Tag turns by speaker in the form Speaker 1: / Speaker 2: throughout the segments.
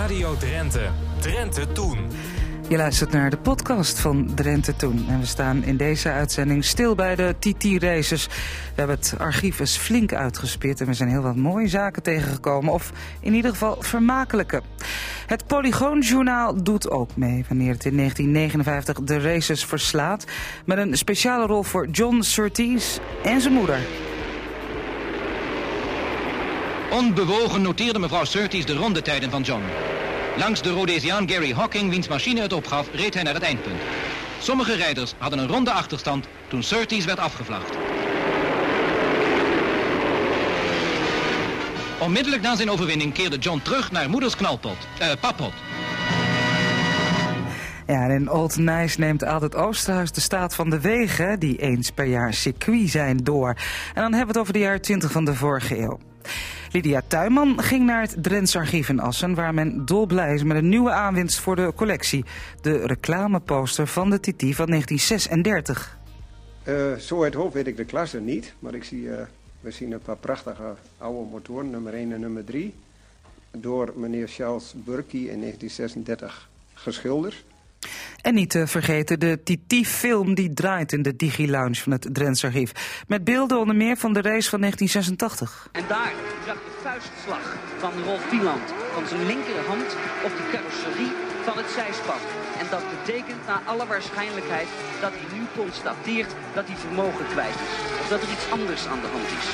Speaker 1: Radio Drenthe. Drenthe Toen.
Speaker 2: Je luistert naar de podcast van Drenthe Toen. En we staan in deze uitzending stil bij de TT-races. We hebben het archief eens flink uitgespit en we zijn heel wat mooie zaken tegengekomen. Of in ieder geval vermakelijke. Het Polygoonjournaal doet ook mee wanneer het in 1959 de races verslaat. Met een speciale rol voor John Surtees en zijn moeder.
Speaker 3: Onbewogen noteerde mevrouw Surtees de rondetijden van John. Langs de Rhodesiaan Gary Hocking, wiens machine het opgaf, reed hij naar het eindpunt. Sommige rijders hadden een ronde achterstand toen Surtees werd afgevlacht. Onmiddellijk na zijn overwinning keerde John terug naar moeders pappot.
Speaker 2: Ja, en in Old Nice neemt Altijd Oosterhuis de staat van de wegen, die eens per jaar circuit zijn, door. En dan hebben we het over de jaren 20 van de vorige eeuw. Lydia Tuinman ging naar het Drents Archief in Assen, waar men dolblij is met een nieuwe aanwinst voor de collectie. De reclameposter van de TT van 1936.
Speaker 4: Zo uit hoofd weet ik de klasse niet, maar we zien een paar prachtige oude motoren, nummer 1 en nummer 3. Door meneer Charles Burki in 1936 geschilderd.
Speaker 2: En niet te vergeten de TT-film die draait in de Digi-lounge van het Drents Archief. Met beelden onder meer van de race van 1986.
Speaker 5: En daar zag de vuistslag van Rolf Wieland van zijn linkerhand op de carrosserie van het zijspan. En dat betekent naar alle waarschijnlijkheid dat hij nu constateert dat hij vermogen kwijt is. Of dat er iets anders aan de hand is.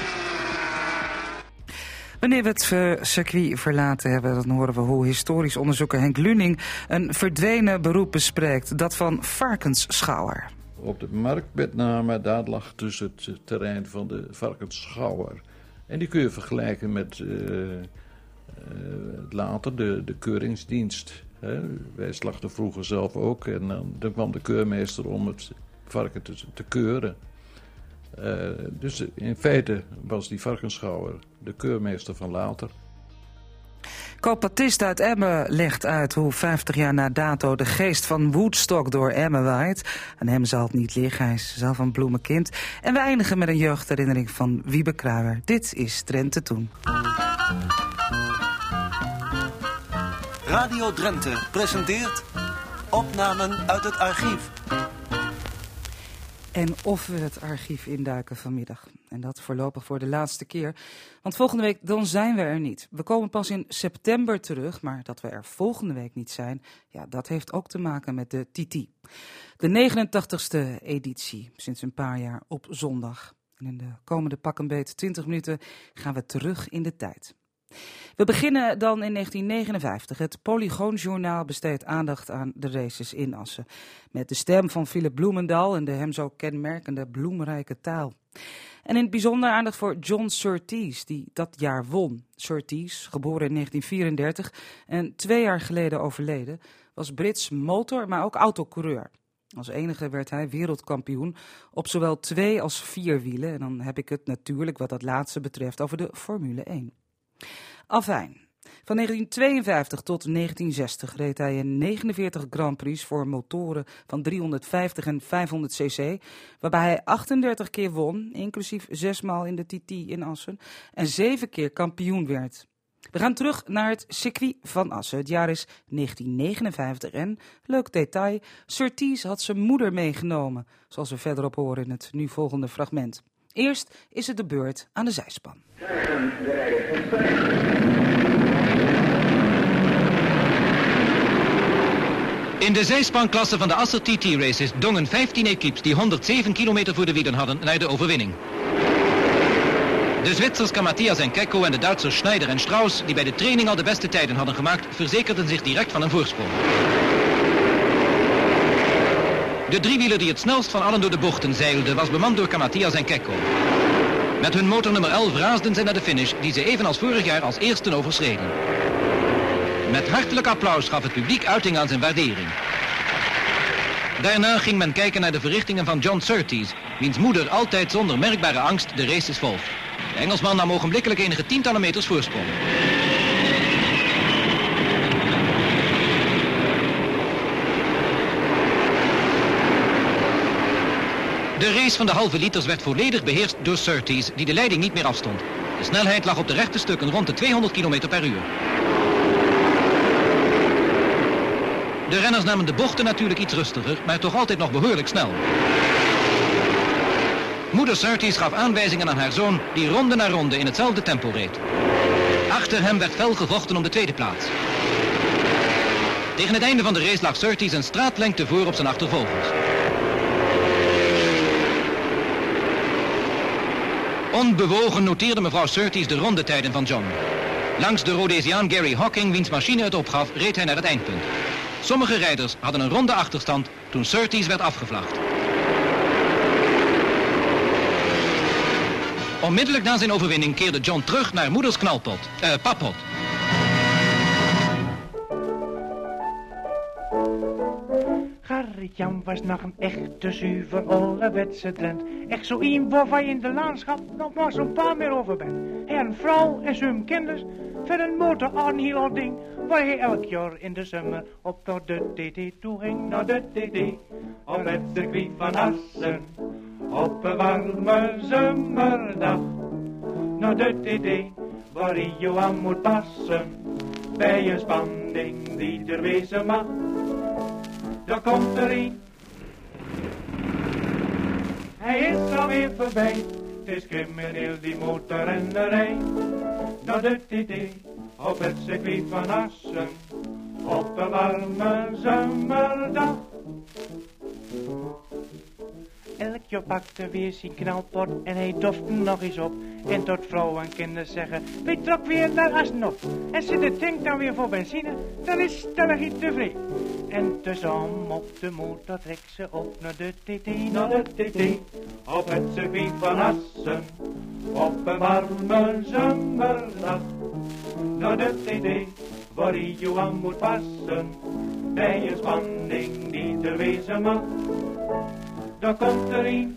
Speaker 2: Wanneer we het circuit verlaten hebben, dan horen we hoe historisch onderzoeker Henk Luning een verdwenen beroep bespreekt, dat van varkensschouwer.
Speaker 6: Op de markt met name, daar lag dus het terrein van de varkensschouwer. En die kun je vergelijken met later de keuringsdienst. Hè. Wij slachten vroeger zelf ook en dan kwam de keurmeester om het varken te keuren. Dus in feite was die varkensschouwer de keurmeester van later.
Speaker 2: Koop Baptiste uit Emmen legt uit hoe 50 jaar na dato de geest van Woodstock door Emmen waait. Aan hem zal het niet liggen, hij is zelf een bloemenkind. En we eindigen met een jeugdherinnering van Wiebe Kruijer. Dit is Drenthe Toen.
Speaker 7: Radio Drenthe presenteert opnamen uit het archief.
Speaker 2: En of we het archief induiken vanmiddag. En dat voorlopig voor de laatste keer. Want volgende week dan zijn we er niet. We komen pas in september terug. Maar dat we er volgende week niet zijn, ja, dat heeft ook te maken met de TT. De 89ste editie, sinds een paar jaar op zondag. En in de komende pak een beet 20 minuten gaan we terug in de tijd. We beginnen dan in 1959. Het Polygoonjournaal besteedt aandacht aan de races in Assen. Met de stem van Philip Bloemendaal en de hem zo kenmerkende bloemrijke taal. En in het bijzonder aandacht voor John Surtees, die dat jaar won. Surtees, geboren in 1934 en 2 jaar geleden overleden, was Brits motor, maar ook autocoureur. Als enige werd hij wereldkampioen op zowel 2 als 4 wielen. En dan heb ik het natuurlijk, wat dat laatste betreft, over de Formule 1. Afijn. Van 1952 tot 1960 reed hij in 49 Grand Prix voor motoren van 350 en 500 cc, waarbij hij 38 keer won, inclusief 6 maal in de TT in Assen, en 7 keer kampioen werd. We gaan terug naar het circuit van Assen. Het jaar is 1959 en, leuk detail, Surtees had zijn moeder meegenomen, zoals we verderop horen in het nu volgende fragment. Eerst is het de beurt aan de zijspan.
Speaker 3: In de zijspanklasse van de Assen TT Races dongen 15 equipes die 107 kilometer voor de wielen hadden naar de overwinning. De Zwitsers Matthias en Kekko en de Duitsers Schneider en Strauss, die bij de training al de beste tijden hadden gemaakt, verzekerden zich direct van een voorsprong. De driewieler die het snelst van allen door de bochten zeilde was bemand door Matthias en Kekko. Met hun motor nummer 11 raasden zij naar de finish, die ze evenals vorig jaar als eersten overschreden. Met hartelijk applaus gaf het publiek uiting aan zijn waardering. Daarna ging men kijken naar de verrichtingen van John Surtees, wiens moeder altijd zonder merkbare angst de races volgt. De Engelsman nam ogenblikkelijk enige tientallen meters voorsprong. De race van de halve liters werd volledig beheerst door Surtees, die de leiding niet meer afstond. De snelheid lag op de rechte stukken rond de 200 km per uur. De renners namen de bochten natuurlijk iets rustiger, maar toch altijd nog behoorlijk snel. Moeder Surtees gaf aanwijzingen aan haar zoon die ronde na ronde in hetzelfde tempo reed. Achter hem werd fel gevochten om de tweede plaats. Tegen het einde van de race lag Surtees een straatlengte voor op zijn achtervolgers. Onbewogen noteerde mevrouw Surtees de rondetijden van John. Langs de Rhodesiaan Gary Hocking, wiens machine het opgaf, reed hij naar het eindpunt. Sommige rijders hadden een ronde achterstand toen Surtees werd afgevlacht. Onmiddellijk na zijn overwinning keerde John terug naar moeders pappot.
Speaker 8: Gerrit-Jan was nog een echte zuiver ouderwetse Drent. Echt zo iemand waarvan je in de landschap nog maar zo'n paar meer over bent. Hij had een vrouw en zijn kinders. Verder een motor aan een heel oud ding. Waar hij elk jaar in de zomer op naar de TT toe ging. Naar de TT, op het circuit van Assen. Op een warme zomerdag. Naar de TT, waar hij je aan moet passen. Bij een spanning die er wezen mag. Daar komt er een. Hij is alweer voorbij. Het is crimineel die motorrennerij. Naar de TT, op het circuit van Assen. Op een warme zomerdag. Elk jaar pakte weer zijn knalpot en hij dofte nog eens op. En tot vrouwen en kinderen zeggen, wij trok weer naar Assen op. En zit de tank dan weer voor benzine, dan is stellig iets tevreden. En tezamen op de motor trekt ze op naar de TT, naar de TT. Op het circuit van Assen, op een warme zomerdag. Naar de TT, waar je aan moet passen. Bij een spanning die er wezen mag. Daar komt er een.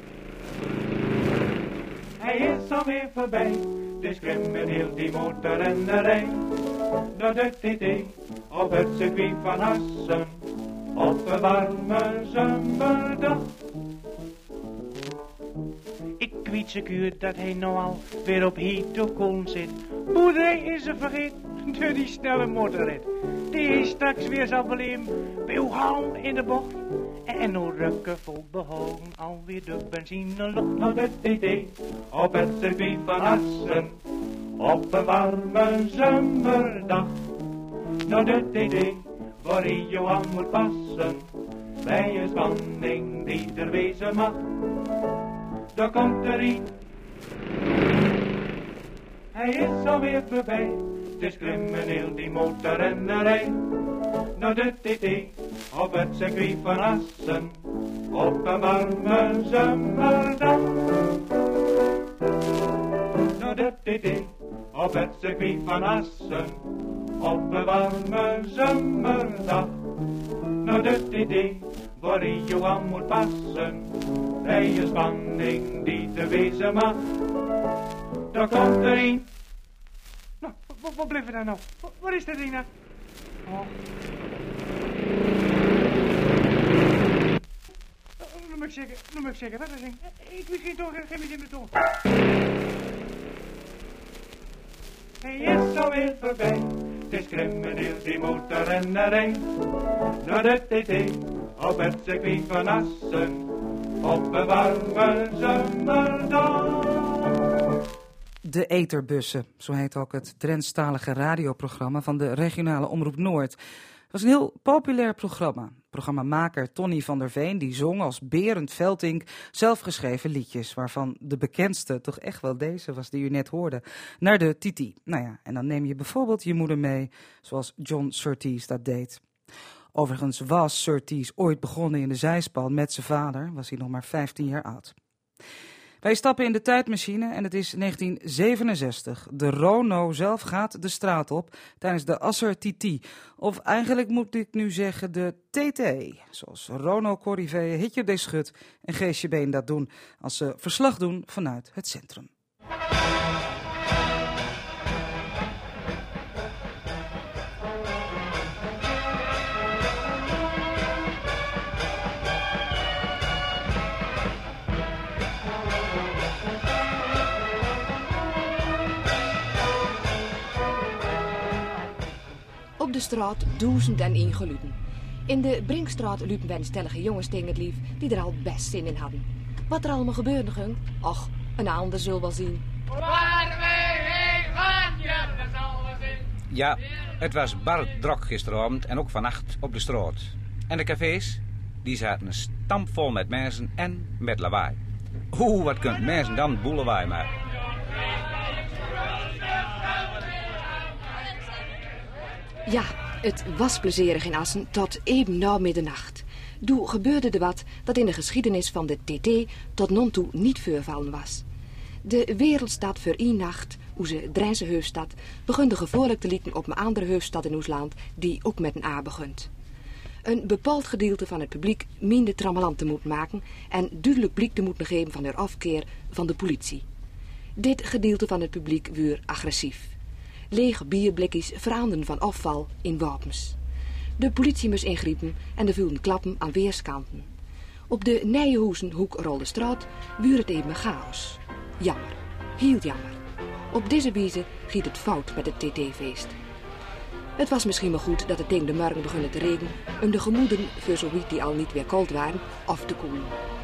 Speaker 8: Hij is alweer voorbij. Het is crimineel die motorrennerij. Naar de TT, op het circuit van Assen. Op een warme zomerdag. Ik weet zeker dat hij nou al weer op Hitokoon zit. Boerderij is er vergeten door die snelle motorrit. Die hij straks weer zal beleven bij Oegaan in de bocht. En hoe rukken vol behouden alweer de benzinelucht. Naar de TT, op het circuit van Assen. Op een warme zomerdag. Naar de TT, waar hij je aan moet passen. Bij een spanning die er wezen mag. Daar komt er een. Hij is alweer voorbij. Het is crimineel die motorrennerij. Naar de TT, op het circuit van Assen. Op een warme zomerdag. Naar de TT, op het circuit van Assen. Op een warme zomerdag. Naar de TT, waar je aan moet passen. Bij een spanning die te wezen mag. Daar komt er een. Nou, wat bleef er dan nou? Wat is dat ding nou? Oh. Nu moet ik zeggen, wat is ding? Ik wist geen toon, geen in de toon. Hij is alweer voorbij. Het is crimineel die motorrennerij. Naar de TT, op het circuit van Assen. Op een warme zomerdag.
Speaker 2: De Eterbussen, zo heet ook het Drentstalige radioprogramma van de regionale Omroep Noord. Het was een heel populair programma. Programmamaker Tony van der Veen die zong als Berend Veltink zelfgeschreven liedjes, waarvan de bekendste toch echt wel deze was die u net hoorde, Naar de Titi. Nou ja, en dan neem je bijvoorbeeld je moeder mee, zoals John Surtees dat deed. Overigens was Surtees ooit begonnen in de zijspan met zijn vader, was hij nog maar 15 jaar oud. Wij stappen in de tijdmachine en het is 1967. De Rono zelf gaat de straat op tijdens de Asser TT. Of eigenlijk moet ik nu zeggen de TT. Zoals Rono Corrivé, Hitje de Schut en Geesje Been dat doen als ze verslag doen vanuit het centrum.
Speaker 9: Op de straat 1001 geluiden. In de Brinkstraat liepen wij een stellige jongens tegen het lief die er al best zin in hadden. Wat er allemaal gebeurde ging, och, een ander zul wel zien.
Speaker 10: Ja, het was bar druk gisteravond en ook vannacht op de straat. En de cafés, die zaten stampvol met mensen en met lawaai. Wat kunt mensen dan boel lawaai maken?
Speaker 9: Ja, het was plezierig in Assen tot even na middernacht. Toen gebeurde er wat dat in de geschiedenis van de TT tot non toe niet voorvallen was. De wereldstad voor één nacht, onze Drentse hoofdstad, begon de gevoorlijk te lijken op een andere hoofdstad in ons land, die ook met een A begint. Een bepaald gedeelte van het publiek meende trammeland te moeten maken en duidelijk blijk te moeten geven van haar afkeer van de politie. Dit gedeelte van het publiek werd agressief. Lege bierblikjes veranderden van afval in wapens. De politie moest ingrijpen en er vielen klappen aan weerskanten. Op de Nijenhoezenhoek rolde straat werd het even chaos. Jammer, heel jammer. Op deze wijze giet het fout met het TT-feest. Het was misschien wel goed dat het tegen de morgen begon te regenen om de gemoeden voor zoiets die al niet weer koud waren af te koelen.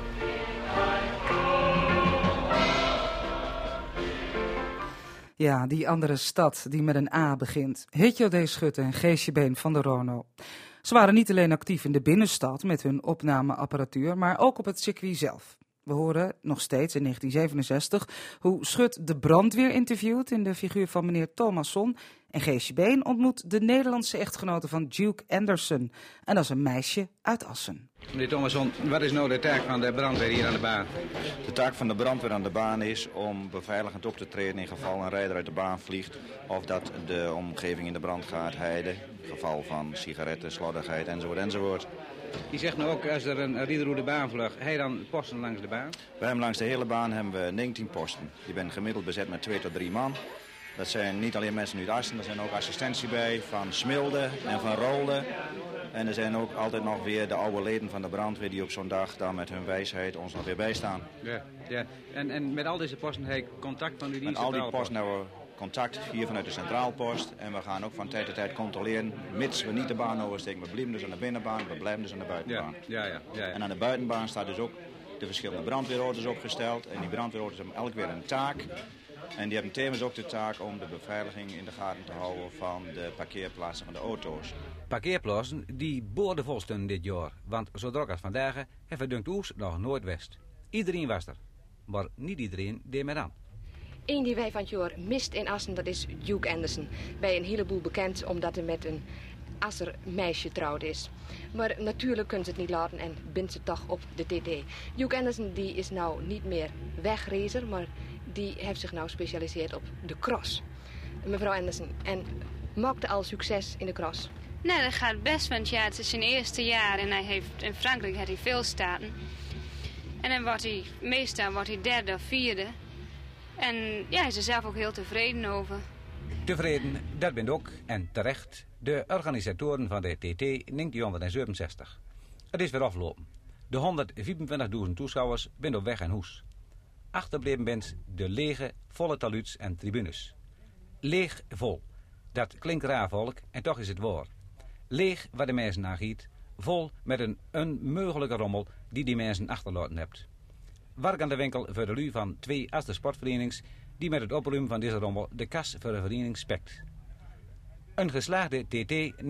Speaker 2: Ja, die andere stad die met een A begint. Hitjo D. Schutte en Geesje Been van de Rono. Ze waren niet alleen actief in de binnenstad met hun opnameapparatuur, maar ook op het circuit zelf. We horen nog steeds in 1967 hoe Schut de brandweer interviewt in de figuur van meneer Thomasson. En Geesje Been ontmoet de Nederlandse echtgenote van Duke Anderson. En dat is een meisje uit Assen.
Speaker 10: Meneer Thomasson, wat is nou de taak van de brandweer hier aan de baan?
Speaker 11: De taak van de brandweer aan de baan is om beveiligend op te treden in geval een rijder uit de baan vliegt of dat de omgeving in de brand gaat heiden. In geval van sigaretten, slordigheid enzovoort.
Speaker 10: Je zegt nou ook, als er een ridder de baan vlucht, hij dan posten langs de baan?
Speaker 11: Bij hem langs de hele baan hebben we 19 posten. Die zijn gemiddeld bezet met 2 tot 3 man. Dat zijn niet alleen mensen uit Assen, er zijn ook assistentie bij van Smilde en van Rolde. En er zijn ook altijd nog weer de oude leden van de brandweer die op zo'n dag dan met hun wijsheid ons nog weer bijstaan.
Speaker 10: Ja. En met al deze posten heb je contact van u?
Speaker 11: Met al die posten hebben we contact hier vanuit de centraalpost. En we gaan ook van tijd tot tijd controleren, mits we niet de baan oversteken. We blijven dus aan de binnenbaan, we blijven dus aan de buitenbaan.
Speaker 10: Ja.
Speaker 11: En aan de buitenbaan staat dus ook de verschillende brandweerauto's opgesteld. En die brandweerauto's hebben elk weer een taak. En die hebben tevens ook de taak om de beveiliging in de gaten te houden van de parkeerplaatsen van de auto's.
Speaker 10: Parkeerplaatsen die boordevol stonden dit jaar. Want zo druk als vandaag heeft dunkt oes nog nooit west. Iedereen was er. Maar niet iedereen deed meer aan.
Speaker 9: Eén die wij van het jaar mist in Assen, dat is Duke Anderson. Bij een heleboel bekend omdat hij met een Asser meisje trouwd is. Maar natuurlijk kunnen ze het niet laten en bindt ze toch op de TT. Duke Anderson die is nou niet meer wegracer, maar die heeft zich nou gespecialiseerd op de cross. Mevrouw Anderson, en maakte al succes in de cross?
Speaker 12: Nee, dat gaat best, want ja, het is zijn eerste jaar en in Frankrijk heeft hij veel staten. En dan wordt hij meestal derde of vierde. En ja, hij is er zelf ook heel tevreden over.
Speaker 10: Tevreden, dat bent ook, en terecht, de organisatoren van de TT 1967. Het is weer afgelopen. De 125.000 toeschouwers zijn op weg en hoes. Achterbleven bent de lege, volle taluds en tribunes. Leeg, vol. Dat klinkt raar, volk, en toch is het waar. Leeg waar de mensen aangiet, vol met een onmogelijke rommel die mensen achterlaten hebt. Werk aan de winkel voor de lui van 2 Aster sportverenigings die met het opruimen van deze rommel de kas voor de vereniging spekt. Een geslaagde TT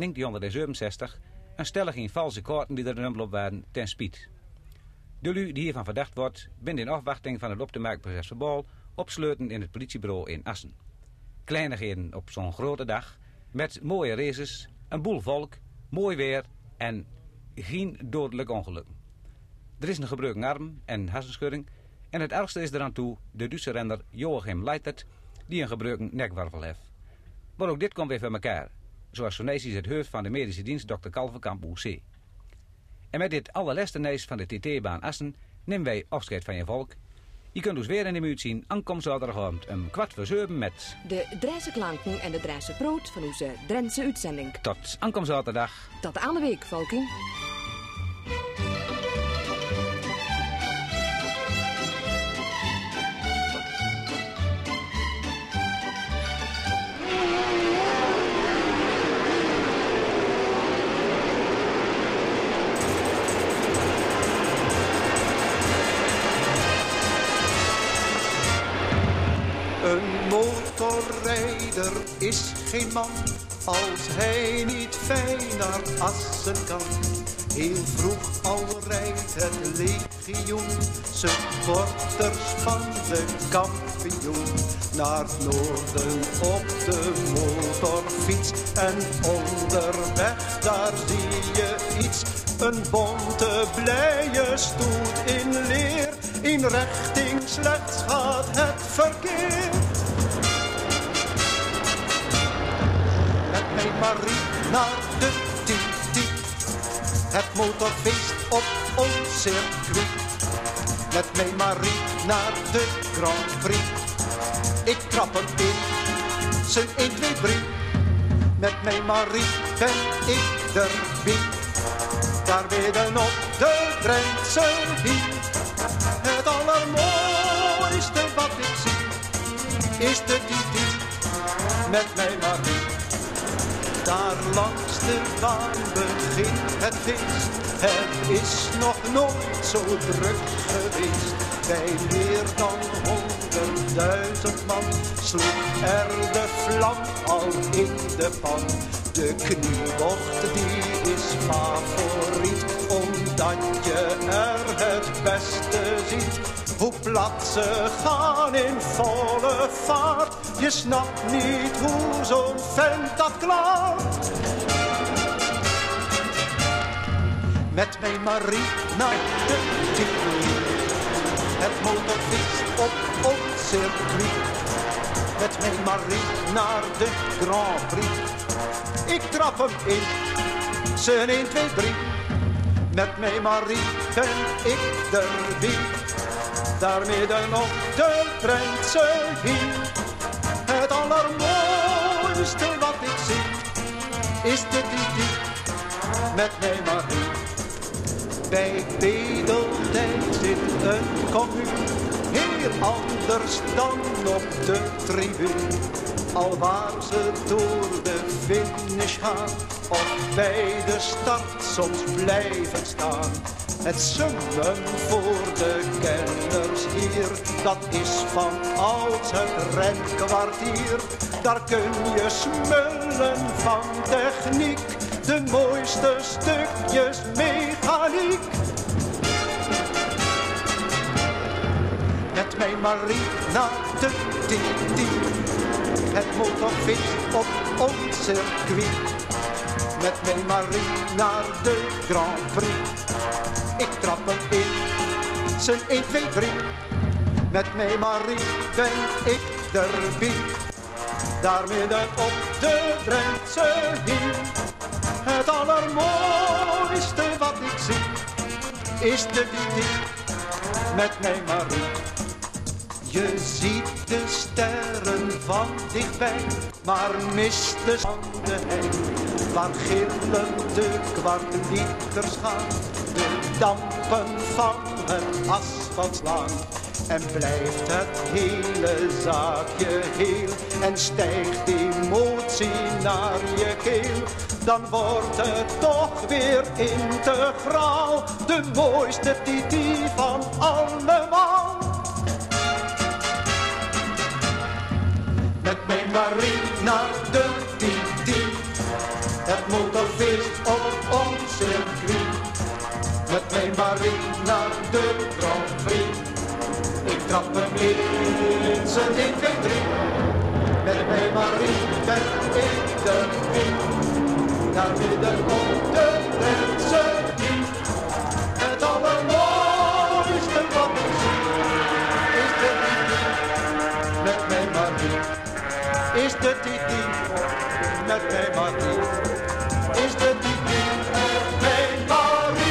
Speaker 10: 1967, een stellig in valse kaarten die er een op waren ten spiet. De lui die hiervan verdacht wordt, bent in afwachting van het op te maken proces verbal opsluiten in het politiebureau in Assen. Kleinigheden op zo'n grote dag, met mooie races, een boel volk, mooi weer en geen dodelijk ongelukken. Er is een gebroken arm en hersenschudding en het ergste is eraan toe de Duitse renner Joachim Leitert die een gebroken nekwervel heeft. Maar ook dit komt weer voor elkaar, zoals zo netjes het hoofd van de medische dienst Dr. Kalverkamp OC. En met dit allerlaatste nieuws van de TT-baan Assen nemen wij afscheid van je volk. Je kunt ons weer in de minuut zien, aankom zaterdagavond om 6:15 met
Speaker 9: de Drentse klanken en de Drentse brood van onze Drentse uitzending.
Speaker 10: Tot aankom zaterdag.
Speaker 9: Tot aan de week, volking.
Speaker 13: rijder is geen man als hij niet fijn naar Assen kan. Heel vroeg al rijdt het legioen, supporters van de kampioen, naar het noorden op de motorfiets. En onderweg daar zie je iets, een bonte blije stoet in leer. In richting slechts gaat het verkeer. Met mij Marie naar de TT, het motorfeest op ons circuit. Met mij Marie naar de Grand Prix, ik trap hem in, zijn 1, 2, 3. Met mij Marie ben ik erbij, daar midden op de Drentse Hie. Het allermooiste wat ik zie, is de TT met mij Marie. Daar langs de baan begint het feest, het is nog nooit zo druk geweest. Bij meer dan 100.000 man sloeg er de vlam al in de pan. De kniebocht die is favoriet, omdat je er het beste ziet. Hoe plat ze gaan in volle vaart, je snapt niet hoe zo'n vent dat klaart. Met mij Marie naar de TT, het motorfiets op ons circuit. Met mij Marie naar de Grand Prix, ik trap hem in, zijn 1, 2, 3. Met mij Marie ben ik erbij, daar midden op de Drentse Hie. Het allermooiste wat ik zie, is de TT met mij Marie. Bij Bedeltijd zit een commune, heel anders dan op de tribune. Alwaar ze door de finish gaan, of bij de start soms blijven staan. Het zingen voor de kenners hier, dat is van ouds het renkwartier. Daar kun je smullen van techniek, de mooiste stukjes mechaniek. Met mij Marie naar de TT, het motorfiets op ons circuit. Met mij Marie naar de Grand Prix, ik trap hem in, zijn 1, 2, 3. Met mij Marie ben ik erbij, daar midden op de Drentse Hie. Het allermooiste wat ik zie, is de TT met mij Marie. Je ziet de sterren van dichtbij, maar mist de hei, waar gillende kwartliters gaan, de dampen van het asfalt slaan. En blijft het hele zaakje heel en stijgt emotie naar je keel, dan wordt het toch weer integraal, de mooiste TT van allemaal. Met mij Marie naar de TT, het motorfeest op ons circuit. Met mij Marie naar de Grand Prix, ik trap hem in, zijn 1, 2, 3. Met mij Marie ben ik erbij, daar midden op de Drentse Hie. Het allermooiste wat ik zie, is de TT met mij Marie. Is de TT met mij Marie, is de TT met mij Marie.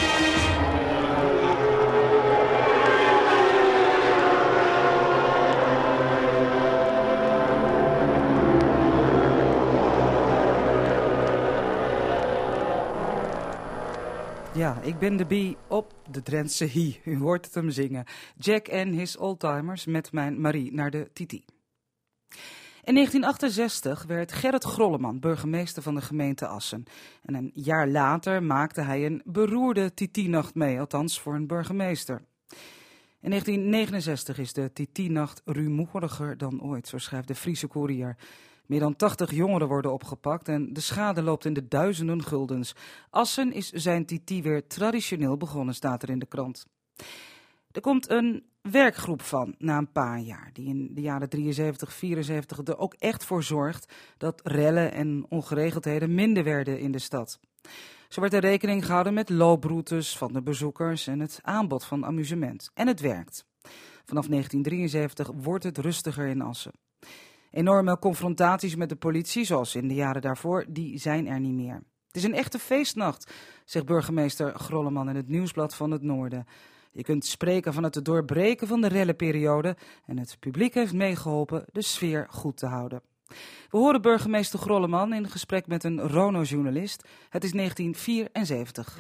Speaker 2: Ja, ik ben de bie op de Drentse Hie. U hoort het hem zingen. Jack en his oldtimers met mijn Marie naar de TT. In 1968 werd Gerrit Grolleman burgemeester van de gemeente Assen. En een jaar later maakte hij een beroerde TT-nacht mee, althans voor een burgemeester. In 1969 is de TT-nacht rumoeriger dan ooit, zo schrijft de Friese Courier. Meer dan 80 jongeren worden opgepakt en de schade loopt in de duizenden guldens. Assen is zijn TT weer traditioneel begonnen, staat er in de krant. Er komt een werkgroep van na een paar jaar, die in de jaren 73, 74 er ook echt voor zorgt dat rellen en ongeregeldheden minder werden in de stad. Zo werd er rekening gehouden met looproutes van de bezoekers en het aanbod van amusement. En het werkt. Vanaf 1973 wordt het rustiger in Assen. Enorme confrontaties met de politie, zoals in de jaren daarvoor, die zijn er niet meer. Het is een echte feestnacht, zegt burgemeester Grolleman in het Nieuwsblad van het Noorden. Je kunt spreken van het doorbreken van de rellenperiode en het publiek heeft meegeholpen de sfeer goed te houden. We horen burgemeester Grolleman in gesprek met een Rono-journalist. Het is 1974.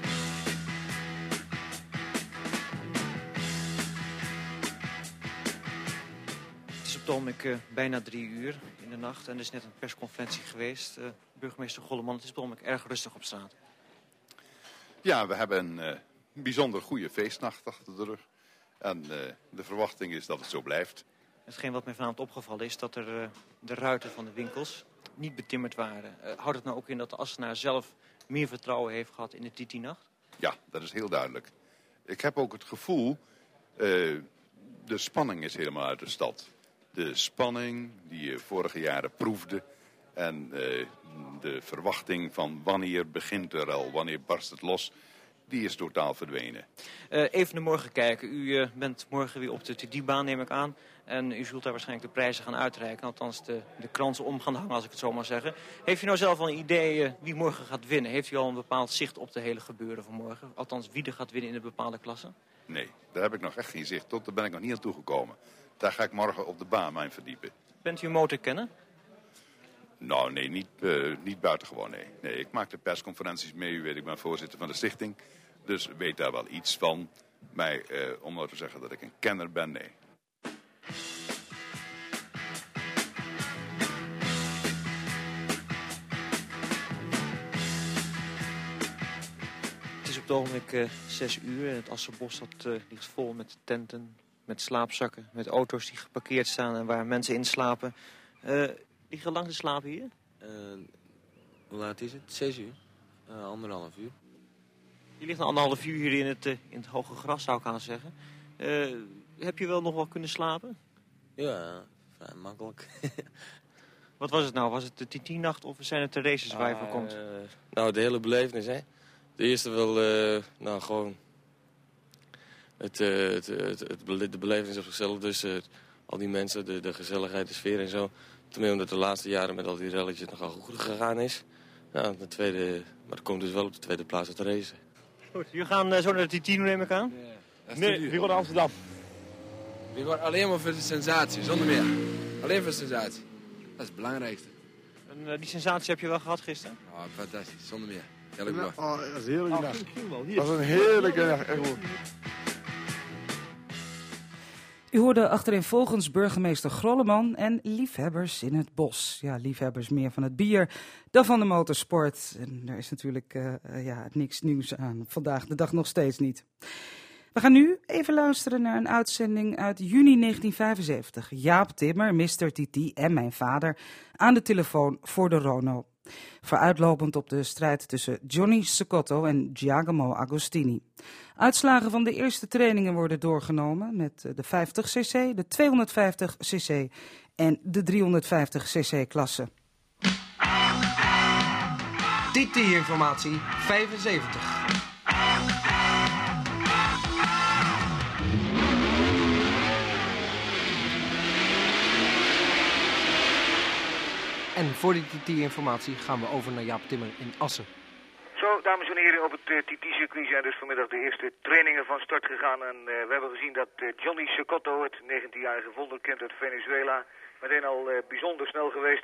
Speaker 14: Het is op het ogenblik bijna 3 uur in de nacht en er is net een persconferentie geweest. Burgemeester Grolleman, het is op het ogenblik erg rustig op straat.
Speaker 15: Ja, we hebben een bijzonder goede feestnacht achter de rug. En de verwachting is dat het zo blijft.
Speaker 14: Hetgeen wat mij vanavond opgevallen is dat er de ruiten van de winkels niet betimmerd waren. Houdt het nou ook in dat de Assenaar zelf meer vertrouwen heeft gehad in de TT-nacht?
Speaker 15: Ja, dat is heel duidelijk. Ik heb ook het gevoel, de spanning is helemaal uit de stad. De spanning die je vorige jaren proefde en de verwachting van wanneer begint er al, wanneer barst het los, die is totaal verdwenen.
Speaker 14: Even naar morgen kijken. U bent morgen weer op de TT-baan, neem ik aan. En u zult daar waarschijnlijk de prijzen gaan uitreiken. Althans de kransen om gaan hangen, als ik het zo maar zeggen. Heeft u nou zelf al een idee wie morgen gaat winnen? Heeft u al een bepaald zicht op de hele gebeuren van morgen? Althans, wie er gaat winnen in de bepaalde klasse?
Speaker 15: Nee, daar heb ik nog echt geen zicht op. Daar ben ik nog niet aan toegekomen. Daar ga ik morgen op de baan mijn verdiepen.
Speaker 14: Bent u een motorkenner?
Speaker 15: Nou, nee, niet buitengewoon, nee. Nee, ik maak de persconferenties mee. U weet, ik ben voorzitter van de stichting. Dus weet daar wel iets van. Maar om nou te zeggen dat ik een kenner ben, nee.
Speaker 14: Het is op het ogenblik 6 uur en het Assenbos dat, ligt vol met tenten, met slaapzakken, met auto's die geparkeerd staan en waar mensen in slapen. Liggen er lang te slapen hier?
Speaker 16: Hoe laat is het? 6 uur. 1,5 uur.
Speaker 14: Je ligt een 1,5 uur hier in het hoge gras, zou ik aan zeggen. Heb je wel nog wel kunnen slapen?
Speaker 16: Ja, vrij makkelijk.
Speaker 14: Wat was het nou? Was het de TT-nacht of zijn het de races waar je voor komt?
Speaker 16: Nou, de hele belevenis, hè. De eerste wel, nou gewoon... de belevenis op zichzelf, dus al die mensen, de gezelligheid, de sfeer en zo. Ten meer omdat de laatste jaren met al die relletjes nogal goed gegaan is. Ja, de tweede, maar dat komt dus wel op de tweede plaats uit de race.
Speaker 14: Goed, jullie gaan zo naar de TT, neem ik aan?
Speaker 16: Ja,
Speaker 17: nee, we gaan naar Amsterdam.
Speaker 16: We gaan alleen maar voor de sensatie, zonder meer. Alleen voor sensatie. Dat is het belangrijkste.
Speaker 14: En die sensatie heb je wel gehad gisteren?
Speaker 16: Oh, fantastisch, zonder meer. Heerlijk nacht.
Speaker 17: Oh, dat is een heerlijke nacht. Dat is een heerlijke nacht, echt goed.
Speaker 2: U hoorde achtereenvolgens burgemeester Grolleman en liefhebbers in het bos. Ja, liefhebbers meer van het bier dan van de motorsport. En er is natuurlijk niks nieuws aan. Vandaag de dag nog steeds niet. We gaan nu even luisteren naar een uitzending uit juni 1975. Jaap Timmer, Mr. TT en mijn vader aan de telefoon voor de Rono. Vooruitlopend op de strijd tussen Johnny Cecotto en Giacomo Agostini. Uitslagen van de eerste trainingen worden doorgenomen met de 50cc, de 250cc en de 350cc klasse.
Speaker 18: TT-informatie 75. En voor die TT-informatie gaan we over naar Jaap Timmer in Assen.
Speaker 19: Zo, dames en heren, op het TT-circuit zijn dus vanmiddag de eerste trainingen van start gegaan. En we hebben gezien dat Johnny Cecotto, het 19-jarige wonderkind uit Venezuela, meteen al bijzonder snel geweest is.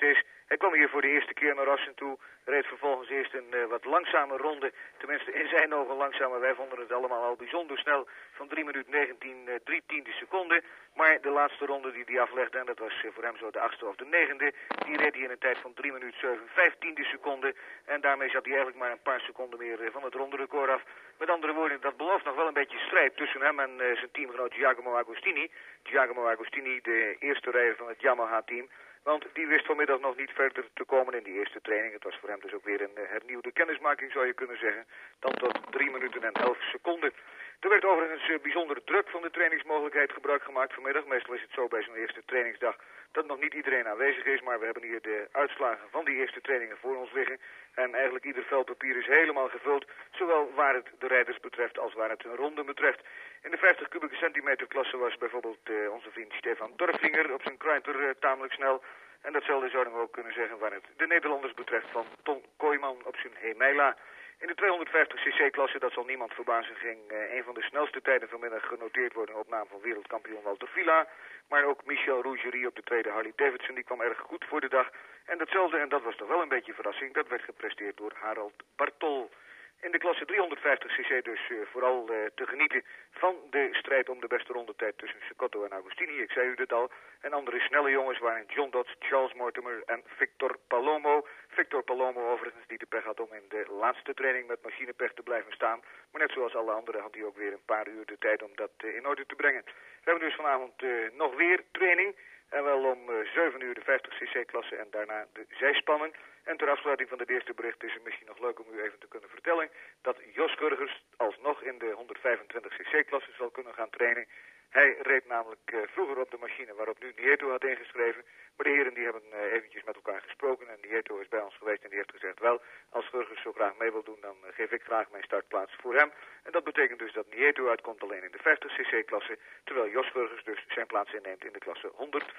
Speaker 19: Hij kwam hier voor de eerste keer naar Assen toe, reed vervolgens eerst een wat langzame ronde, tenminste in zijn ogen langzamer. Wij vonden het allemaal al bijzonder snel, van 3 minuten 19, 3/10 seconden. Maar de laatste ronde die hij aflegde, en dat was voor hem zo de 8e of de 9e, die reed hij in een tijd van 3 minuten 7, 15 seconden. En daarmee zat hij eigenlijk maar een paar seconden meer van het ronderecord af. Met andere woorden, dat belooft nog wel een beetje strijd tussen hem en zijn teamgenoot Giacomo Agostini. Giacomo Agostini, de eerste rijder van het Yamaha-team. Want die wist vanmiddag nog niet verder te komen in die eerste training. Het was voor hem dus ook weer een hernieuwde kennismaking, zou je kunnen zeggen. Dan tot 3 minuten en 11 seconden. Er werd overigens bijzonder druk van de trainingsmogelijkheid gebruik gemaakt vanmiddag. Meestal is het zo bij zo'n eerste trainingsdag dat nog niet iedereen aanwezig is. Maar we hebben hier de uitslagen van die eerste trainingen voor ons liggen. En eigenlijk ieder vel papier is helemaal gevuld. Zowel waar het de rijders betreft als waar het een ronde betreft. In de 50 kubieke centimeter klasse was bijvoorbeeld onze vriend Stefan Dorflinger op zijn Kruiper tamelijk snel. En datzelfde zouden we ook kunnen zeggen waar het de Nederlanders betreft van Ton Kooijman op zijn Hemela. In de 250cc-klasse, dat zal niemand verbazen, ging een van de snelste tijden vanmiddag genoteerd worden op naam van wereldkampioen Walter Villa. Maar ook Michel Rougerie op de tweede Harley Davidson, die kwam erg goed voor de dag. En datzelfde, en dat was toch wel een beetje verrassing, dat werd gepresteerd door Harald Bartol. In de klasse 350cc dus vooral te genieten van de strijd om de beste rondetijd tussen Cecotto en Agostini. Ik zei u dit al. En andere snelle jongens waren John Dodds, Charles Mortimer en Victor Palomo. Victor Palomo overigens die de pech had om in de laatste training met machinepech te blijven staan. Maar net zoals alle anderen had hij ook weer een paar uur de tijd om dat in orde te brengen. We hebben dus vanavond nog weer training. En wel om 7 uur de 50cc-klasse en daarna de zijspannen. En ter afsluiting van dit eerste bericht is het misschien nog leuk om u even te kunnen vertellen dat Jos Gurgers alsnog in de 125cc-klasse zal kunnen gaan trainen. Hij reed namelijk vroeger op de machine waarop nu Nieto had ingeschreven. Maar de heren die hebben eventjes met elkaar gesproken en Nieto is bij ons geweest en die heeft gezegd wel, als Gurgers zo graag mee wil doen, dan geef ik graag mijn startplaats voor hem. En dat betekent dus dat Nieto uitkomt alleen in de 50cc-klasse, terwijl Jos Gurgers dus zijn plaats inneemt in de klasse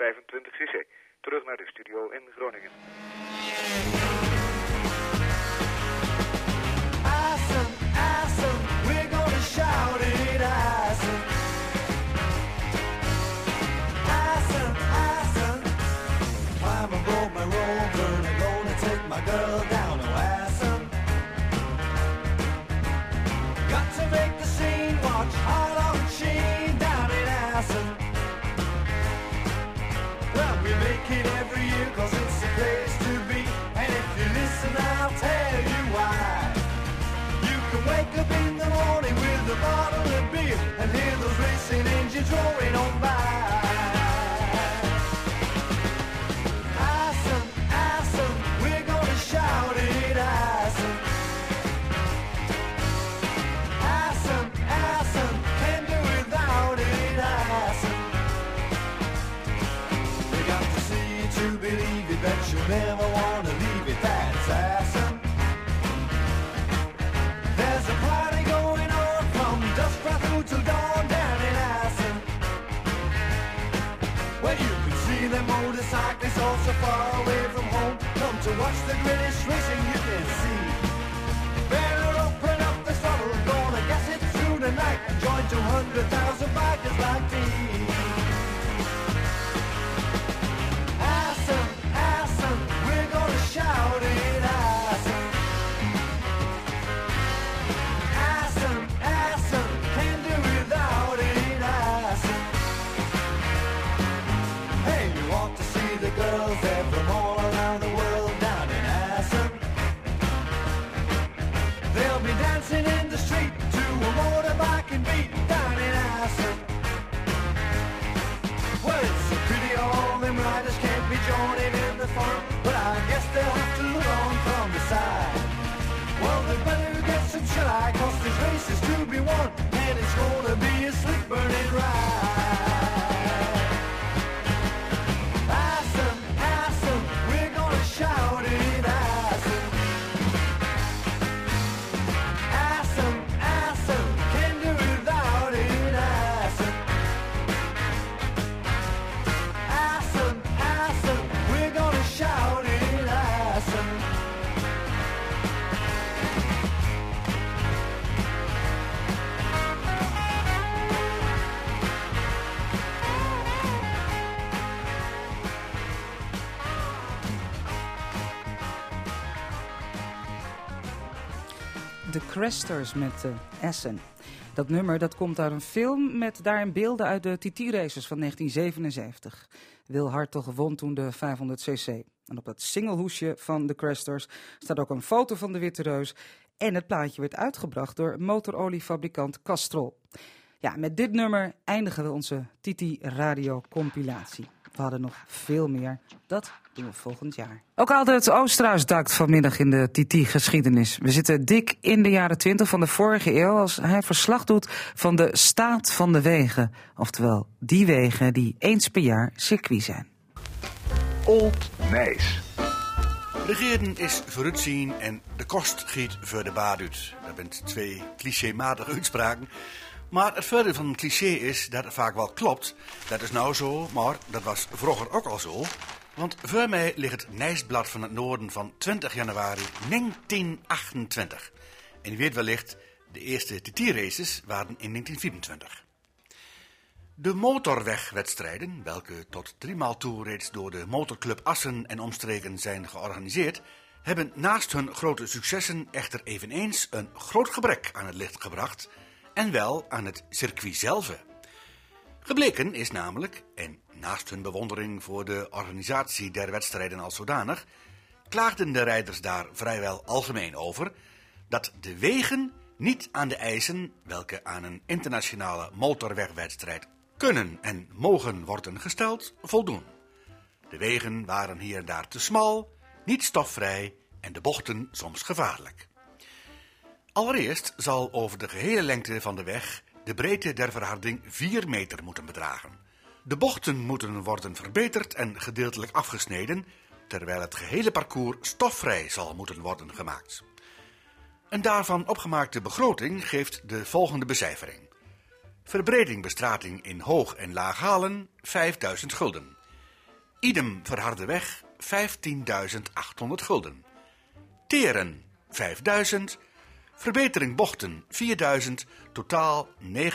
Speaker 19: 125cc. Terug naar de studio in Groningen.
Speaker 13: Awesome, awesome, we're gonna shout it awesome. Awesome, awesome, climb aboard my rover and I'm gonna take my girl down to awesome. Got to make the scene, watch all of the sheen down in awesome. Well, we make it every year 'cause it's the place to be. And if you listen, I'll tell you why. You can wake up in the morning with a bottle of beer and hear those racing engines roaring on by. Awesome, awesome, we're gonna shout it awesome. Awesome, awesome, can't do without it awesome. You got to see it to believe it, that you'll never wanna leave it, that's awesome. There's a party going on from dusk right through till dawn down in Assen. Well, you can see them motorcyclists all so far away from home. Come to watch the British racing, you can see. Better open up the throttle, gonna gas it through the night and join 200,000 bikers like me. Awesome, awesome, we're gonna shout it awesome. Awesome, awesome, can't do without it awesome. Hey, you want to see the girls there from all around the world down in Assen? They'll be dancing in the street to a motorbike and beat down in Assen.
Speaker 2: The Cresters met Essen. Dat nummer dat komt uit een film met daarin beelden uit de TT-races van 1977. Wil Hartog won toen de 500cc. En op dat singlehoesje van The Cresters staat ook een foto van de Witte Reus. En het plaatje werd uitgebracht door motoroliefabrikant Castrol. Ja, met dit nummer eindigen we onze TT-radio-compilatie. We hadden nog veel meer. Dat doen we volgend jaar. Ook Albert Oosterhuis duikt vanmiddag in de TT-geschiedenis. We zitten dik in de jaren 20 van de vorige eeuw als hij verslag doet van de staat van de wegen. Oftewel, die wegen die eens per jaar circuit zijn.
Speaker 20: Old Nijs. Regeren is vooruitzien en de kost giet voor de baat uit. Dat zijn 2 clichématige uitspraken. Maar het voordeel van een cliché is dat het vaak wel klopt. Dat is nou zo, maar dat was vroeger ook al zo. Want voor mij ligt het Nijsblad van het Noorden van 20 januari 1928. En je weet wellicht, de eerste TT-races waren in 1924. De motorwegwedstrijden, welke tot 3 maal toe reeds door de motorclub Assen en omstreken zijn georganiseerd, hebben naast hun grote successen echter eveneens een groot gebrek aan het licht gebracht, en wel aan het circuit zelf. Gebleken is namelijk, en naast hun bewondering voor de organisatie der wedstrijden als zodanig, klaagden de rijders daar vrijwel algemeen over, dat de wegen niet aan de eisen welke aan een internationale motorwegwedstrijd kunnen en mogen worden gesteld, voldoen. De wegen waren hier en daar te smal, niet stofvrij en de bochten soms gevaarlijk. Allereerst zal over de gehele lengte van de weg de breedte der verharding 4 meter moeten bedragen. De bochten moeten worden verbeterd en gedeeltelijk afgesneden, terwijl het gehele parcours stofvrij zal moeten worden gemaakt. Een daarvan opgemaakte begroting geeft de volgende becijfering. Verbreding bestrating in Hoog- en Laaghalen 5000 gulden. Idem verharde weg 15.800 gulden. Teren 5000. Verbetering bochten 4000, totaal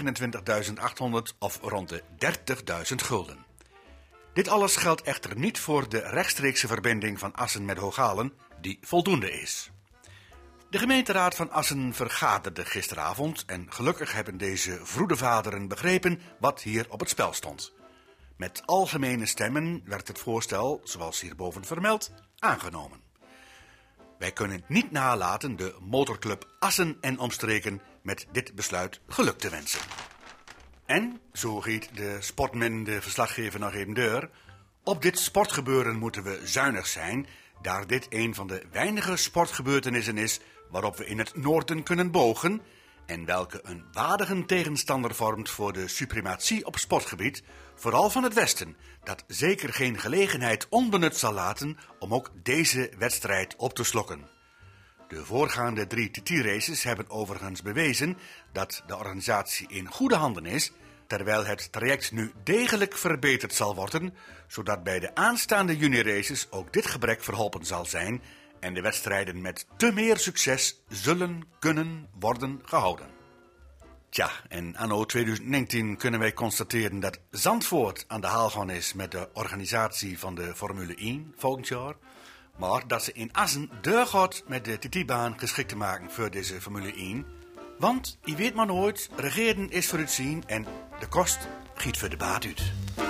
Speaker 20: 29.800 of rond de 30.000 gulden. Dit alles geldt echter niet voor de rechtstreekse verbinding van Assen met Hooghalen, die voldoende is. De gemeenteraad van Assen vergaderde gisteravond en gelukkig hebben deze vroede vaderen begrepen wat hier op het spel stond. Met algemene stemmen werd het voorstel, zoals hierboven vermeld, aangenomen. Wij kunnen niet nalaten de motorclub Assen en omstreken met dit besluit geluk te wensen. En, zo giet de sportman de verslaggever nog even deur, op dit sportgebeuren moeten we zuinig zijn, daar dit een van de weinige sportgebeurtenissen is waarop we in het noorden kunnen bogen en welke een waardige tegenstander vormt voor de suprematie op sportgebied, vooral van het westen, dat zeker geen gelegenheid onbenut zal laten om ook deze wedstrijd op te slokken. De voorgaande 3 TT-races hebben overigens bewezen dat de organisatie in goede handen is, terwijl het traject nu degelijk verbeterd zal worden, zodat bij de aanstaande juni-races ook dit gebrek verholpen zal zijn en de wedstrijden met te meer succes zullen kunnen worden gehouden. Tja, en anno 2019 kunnen wij constateren dat Zandvoort aan de haal gaan is met de organisatie van de Formule 1 volgend jaar, maar dat ze in Assen deur gaat met de TT-baan geschikt te maken voor deze Formule 1. Want, je weet maar nooit, regeren is vooruitzien en de kost giet voor de baat uit.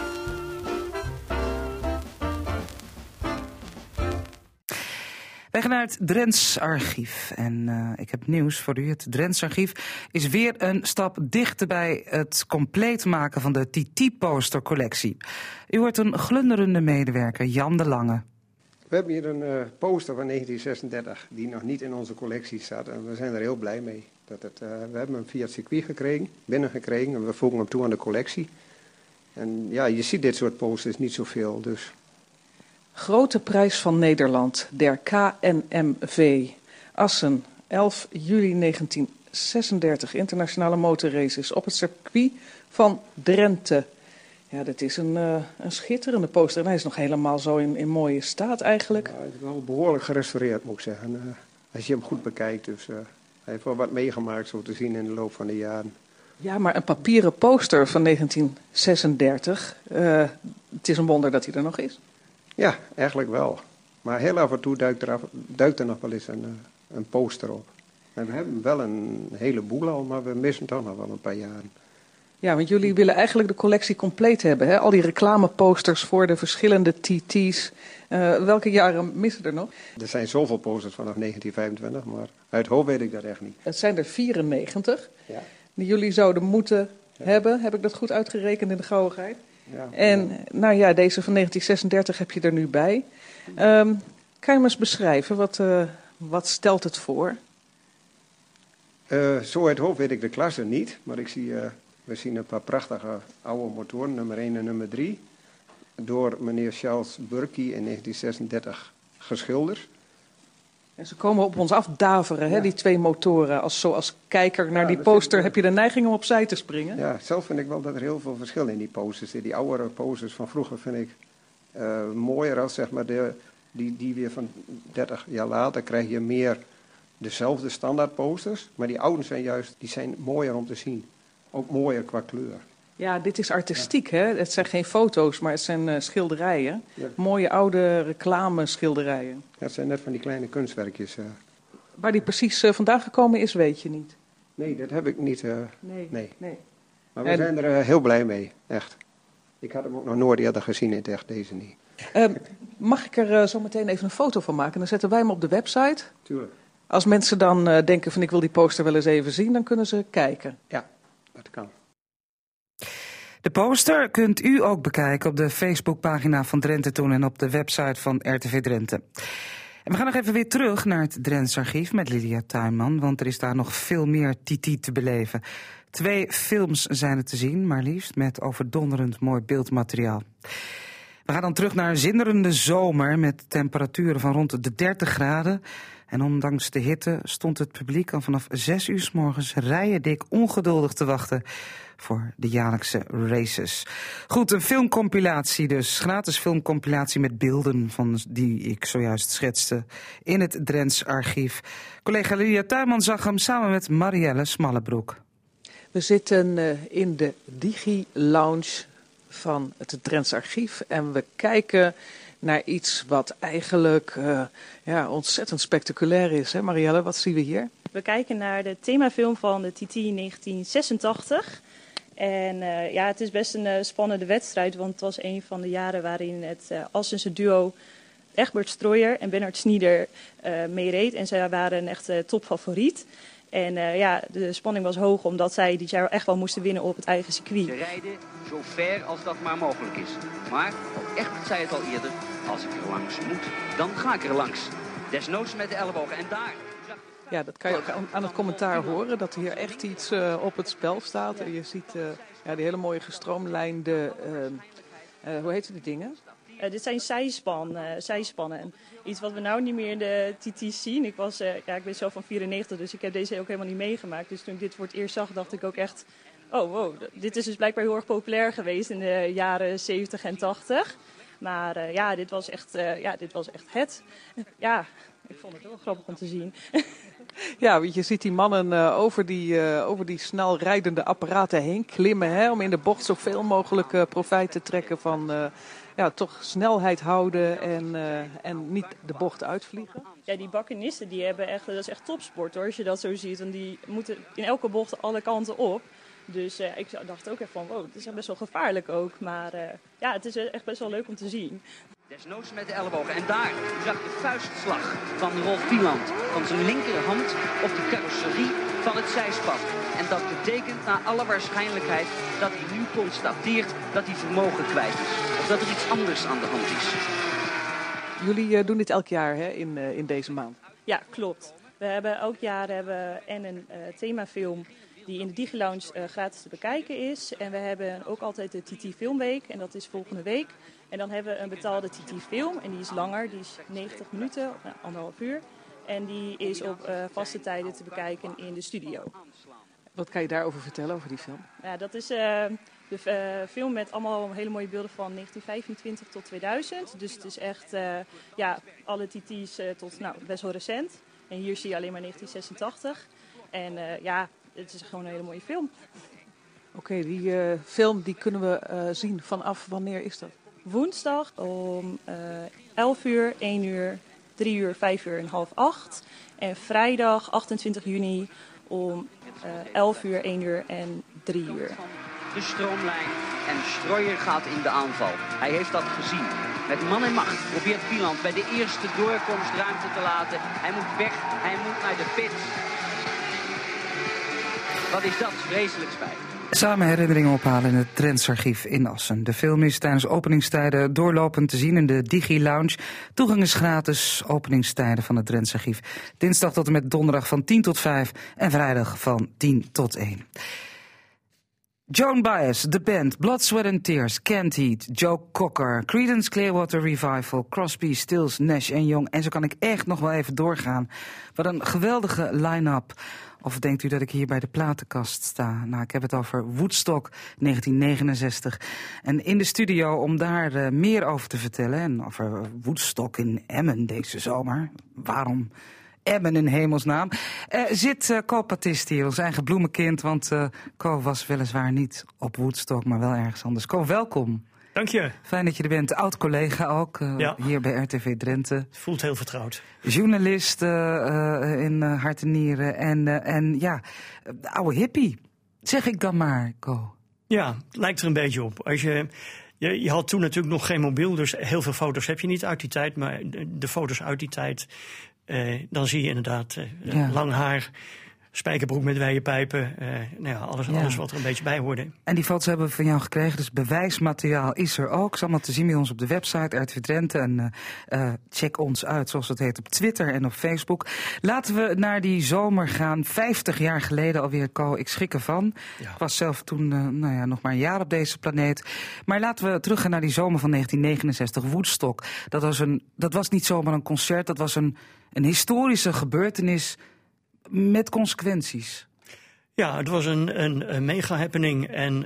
Speaker 2: Wij gaan naar het Drents Archief en ik heb nieuws voor u. Het Drents Archief is weer een stap dichter bij het compleet maken van de TT-postercollectie. U hoort een glunderende medewerker, Jan de Lange.
Speaker 4: We hebben hier een poster van 1936 die nog niet in onze collectie staat en we zijn er heel blij mee. We hebben hem via het circuit binnengekregen en we voegen hem toe aan de collectie. En ja, je ziet dit soort posters niet zoveel, dus...
Speaker 21: Grote Prijs van Nederland, der KNMV. Assen, 11 juli 1936, internationale motorraces op het circuit van Drenthe. Ja, dat is een schitterende poster en hij is nog helemaal zo in mooie staat eigenlijk.
Speaker 4: Ja, hij is wel behoorlijk gerestaureerd, moet ik zeggen. Als je hem goed bekijkt, dus hij heeft wel wat meegemaakt zo te zien in de loop van de jaren.
Speaker 21: Ja, maar een papieren poster van 1936, het is een wonder dat hij er nog is.
Speaker 4: Ja, eigenlijk wel. Maar heel af en toe duikt er nog wel eens een poster op. En we hebben wel een heleboel al, maar we missen toch nog wel een paar jaren.
Speaker 21: Ja, want jullie willen eigenlijk de collectie compleet hebben, hè? Al die reclameposters voor de verschillende TT's. Welke jaren missen er nog?
Speaker 4: Er zijn zoveel posters vanaf 1925, maar uit hoofd weet ik dat echt niet.
Speaker 21: Het zijn er 94
Speaker 4: Ja.
Speaker 21: die jullie zouden moeten hebben. Heb ik dat goed uitgerekend in de gauwigheid?
Speaker 4: Ja.
Speaker 21: En nou ja, deze van 1936 heb je er nu bij. Kan je me eens beschrijven, wat stelt het voor?
Speaker 4: Zo uit hoofd weet ik de klasse niet, maar we zien een paar prachtige oude motoren, nummer 1 en nummer 3. Door meneer Charles Burki in 1936 geschilderd.
Speaker 21: En ze komen op ons afdaveren, hè, die twee motoren. Als kijker naar die poster heb je de neiging om opzij te springen.
Speaker 4: Ja, zelf vind ik wel dat er heel veel verschil in die posters zit. Die oudere posters van vroeger vind ik mooier als zeg maar die weer van 30 jaar later krijg je meer dezelfde standaard posters. Maar die oude die zijn mooier om te zien. Ook mooier qua kleur.
Speaker 21: Ja, dit is artistiek, hè? Het zijn geen foto's, maar het zijn schilderijen.
Speaker 4: Ja.
Speaker 21: Mooie oude reclameschilderijen.
Speaker 4: Ja, het zijn net van die kleine kunstwerkjes.
Speaker 21: Waar die precies vandaan gekomen is, weet je niet.
Speaker 4: Nee, dat heb ik niet. Nee.
Speaker 21: Nee.
Speaker 4: Maar we zijn er heel blij mee, echt. Ik had hem ook nog nooit eerder gezien in het echt, deze niet.
Speaker 21: Mag ik er zo meteen even een foto van maken? Dan zetten wij hem op de website.
Speaker 4: Tuurlijk.
Speaker 21: Als mensen dan denken van ik wil die poster wel eens even zien, dan kunnen ze kijken.
Speaker 4: Ja, dat kan.
Speaker 2: De poster kunt u ook bekijken op de Facebookpagina van Drenthe Toen en op de website van RTV Drenthe. En we gaan nog even weer terug naar het Drents Archief met Lydia Tuinman, want er is daar nog veel meer TT te beleven. 2 films zijn er te zien, maar liefst met overdonderend mooi beeldmateriaal. We gaan dan terug naar een zinderende zomer met temperaturen van rond de 30 graden. En ondanks de hitte stond het publiek al vanaf 6 uur 's morgens rijendik ongeduldig te wachten voor de jaarlijkse races. Goed, een filmcompilatie dus. Gratis filmcompilatie met beelden van die ik zojuist schetste in het Drents Archief. Collega Lydia Tuinman zag hem samen met Marielle Smallebroek.
Speaker 21: We zitten in de Digi-lounge van het Drents Archief en we kijken naar iets wat eigenlijk ontzettend spectaculair is. Hè Marielle, wat zien we hier?
Speaker 1: We kijken naar de themafilm van de TT 1986. En het is best een spannende wedstrijd, want het was een van de jaren waarin het Assense duo Egbert Strooijer en Bernhard Snieder meereed. En zij waren een echte topfavoriet. En de spanning was hoog omdat zij dit jaar echt wel moesten winnen op het eigen circuit.
Speaker 5: Ze rijden zo ver als dat maar mogelijk is. Maar, ook Egbert zei het al eerder, als ik er langs moet, dan ga ik er langs. Desnoods met de ellebogen. En daar...
Speaker 21: Ja, dat kan je ook aan het commentaar horen, dat hier echt iets op het spel staat. En je ziet die hele mooie gestroomlijnde, hoe heet die dingen?
Speaker 1: Dit zijn zijspannen. En iets wat we nou niet meer in de TT's zien. Ik ben zelf van 94, dus ik heb deze ook helemaal niet meegemaakt. Dus toen ik dit voor het eerst zag, dacht ik ook echt... Oh, wow, dit is dus blijkbaar heel erg populair geweest in de jaren 70 en 80. Maar dit was echt het. Ja, ik vond het heel grappig om te zien.
Speaker 21: Ja, want je ziet die mannen over die snel rijdende apparaten heen klimmen, hè, om in de bocht zoveel mogelijk profijt te trekken van toch snelheid houden en niet de bocht uitvliegen.
Speaker 1: Ja, die bakkenisten dat is echt topsport hoor, als je dat zo ziet. Want die moeten in elke bocht alle kanten op. Dus ik dacht ook echt van, wow, het is echt best wel gevaarlijk ook. Maar het is echt best wel leuk om te zien.
Speaker 5: Desnoods met de ellebogen. En daar zag de vuistslag van Rolf Wieland van zijn linkerhand op de carrosserie van het zijspan. En dat betekent naar alle waarschijnlijkheid dat hij nu constateert dat hij vermogen kwijt is. Of dat er iets anders aan de hand is.
Speaker 21: Jullie doen dit elk jaar hè, in deze maand?
Speaker 1: Ja, klopt. We hebben elk jaar een themafilm die in de Digilounge gratis te bekijken is. En we hebben ook altijd de TT Filmweek en dat is volgende week. En dan hebben we een betaalde TT-film en die is langer, die is 90 minuten, 1,5 uur. En die is op vaste tijden te bekijken in de studio.
Speaker 21: Wat kan je daarover vertellen, over die film?
Speaker 1: Ja, dat is de film met allemaal hele mooie beelden van 1925 tot 2000. Dus het is echt alle TT's tot best wel recent. En hier zie je alleen maar 1986. En het is gewoon een hele mooie film.
Speaker 21: Oké, die film die kunnen we zien vanaf wanneer is dat?
Speaker 1: Woensdag om 11 uur, 1 uur 3 uur, 5 uur en half 8. En vrijdag 28 juni om 11 uur, 1 uur en 3 uur.
Speaker 5: De stroomlijn en Strooijer gaat in de aanval. Hij heeft dat gezien. Met man en macht probeert Wieland bij de eerste doorkomst ruimte te laten. Hij moet weg, hij moet naar de pit. Wat is dat vreselijk spijt.
Speaker 2: Samen herinneringen ophalen in het Trendsarchief in Assen. De film is tijdens openingstijden doorlopend te zien in de Digi-lounge. Toegang is gratis, openingstijden van het Trendsarchief. Dinsdag tot en met donderdag van 10 tot 5 en vrijdag van 10 tot 1. Joan Baez, The Band, Blood, Sweat and Tears, Canned Heat, Joe Cocker, Creedence Clearwater Revival, Crosby, Stills, Nash & Young. En zo kan ik echt nog wel even doorgaan. Wat een geweldige line-up. Of denkt u dat ik hier bij de platenkast sta? Nou, ik heb het over Woodstock 1969. En in de studio om daar meer over te vertellen, en over Woodstock in Emmen deze zomer. Waarom Emmen in hemelsnaam? Zit Co Batiste hier, ons eigen bloemenkind. Want Co was weliswaar niet op Woodstock, maar wel ergens anders. Co, welkom.
Speaker 6: Dank je.
Speaker 2: Fijn dat je er bent. Oud-collega ook, hier bij RTV Drenthe.
Speaker 6: Het voelt heel vertrouwd.
Speaker 2: Journalist in hart en nieren. En oude hippie, zeg ik dan maar, Co.
Speaker 6: Ja, het lijkt er een beetje op. Als je had toen natuurlijk nog geen mobiel, dus heel veel foto's heb je niet uit die tijd. Maar de foto's uit die tijd, dan zie je inderdaad lang haar, spijkerbroek met wijde pijpen, alles wat er een beetje bij hoorde.
Speaker 2: En die foto's hebben we van jou gekregen, dus bewijsmateriaal is er ook. Het is allemaal te zien bij ons op de website RTV Drenthe. En check ons uit, zoals het heet, op Twitter en op Facebook. Laten we naar die zomer gaan, 50 jaar geleden alweer, Co. Ik schrik ervan. Ja. Ik was zelf toen nog maar een jaar op deze planeet. Maar laten we teruggaan naar die zomer van 1969, Woodstock. Dat was niet zomaar een concert, dat was een historische gebeurtenis met consequenties.
Speaker 6: Ja, het was een mega-happening. En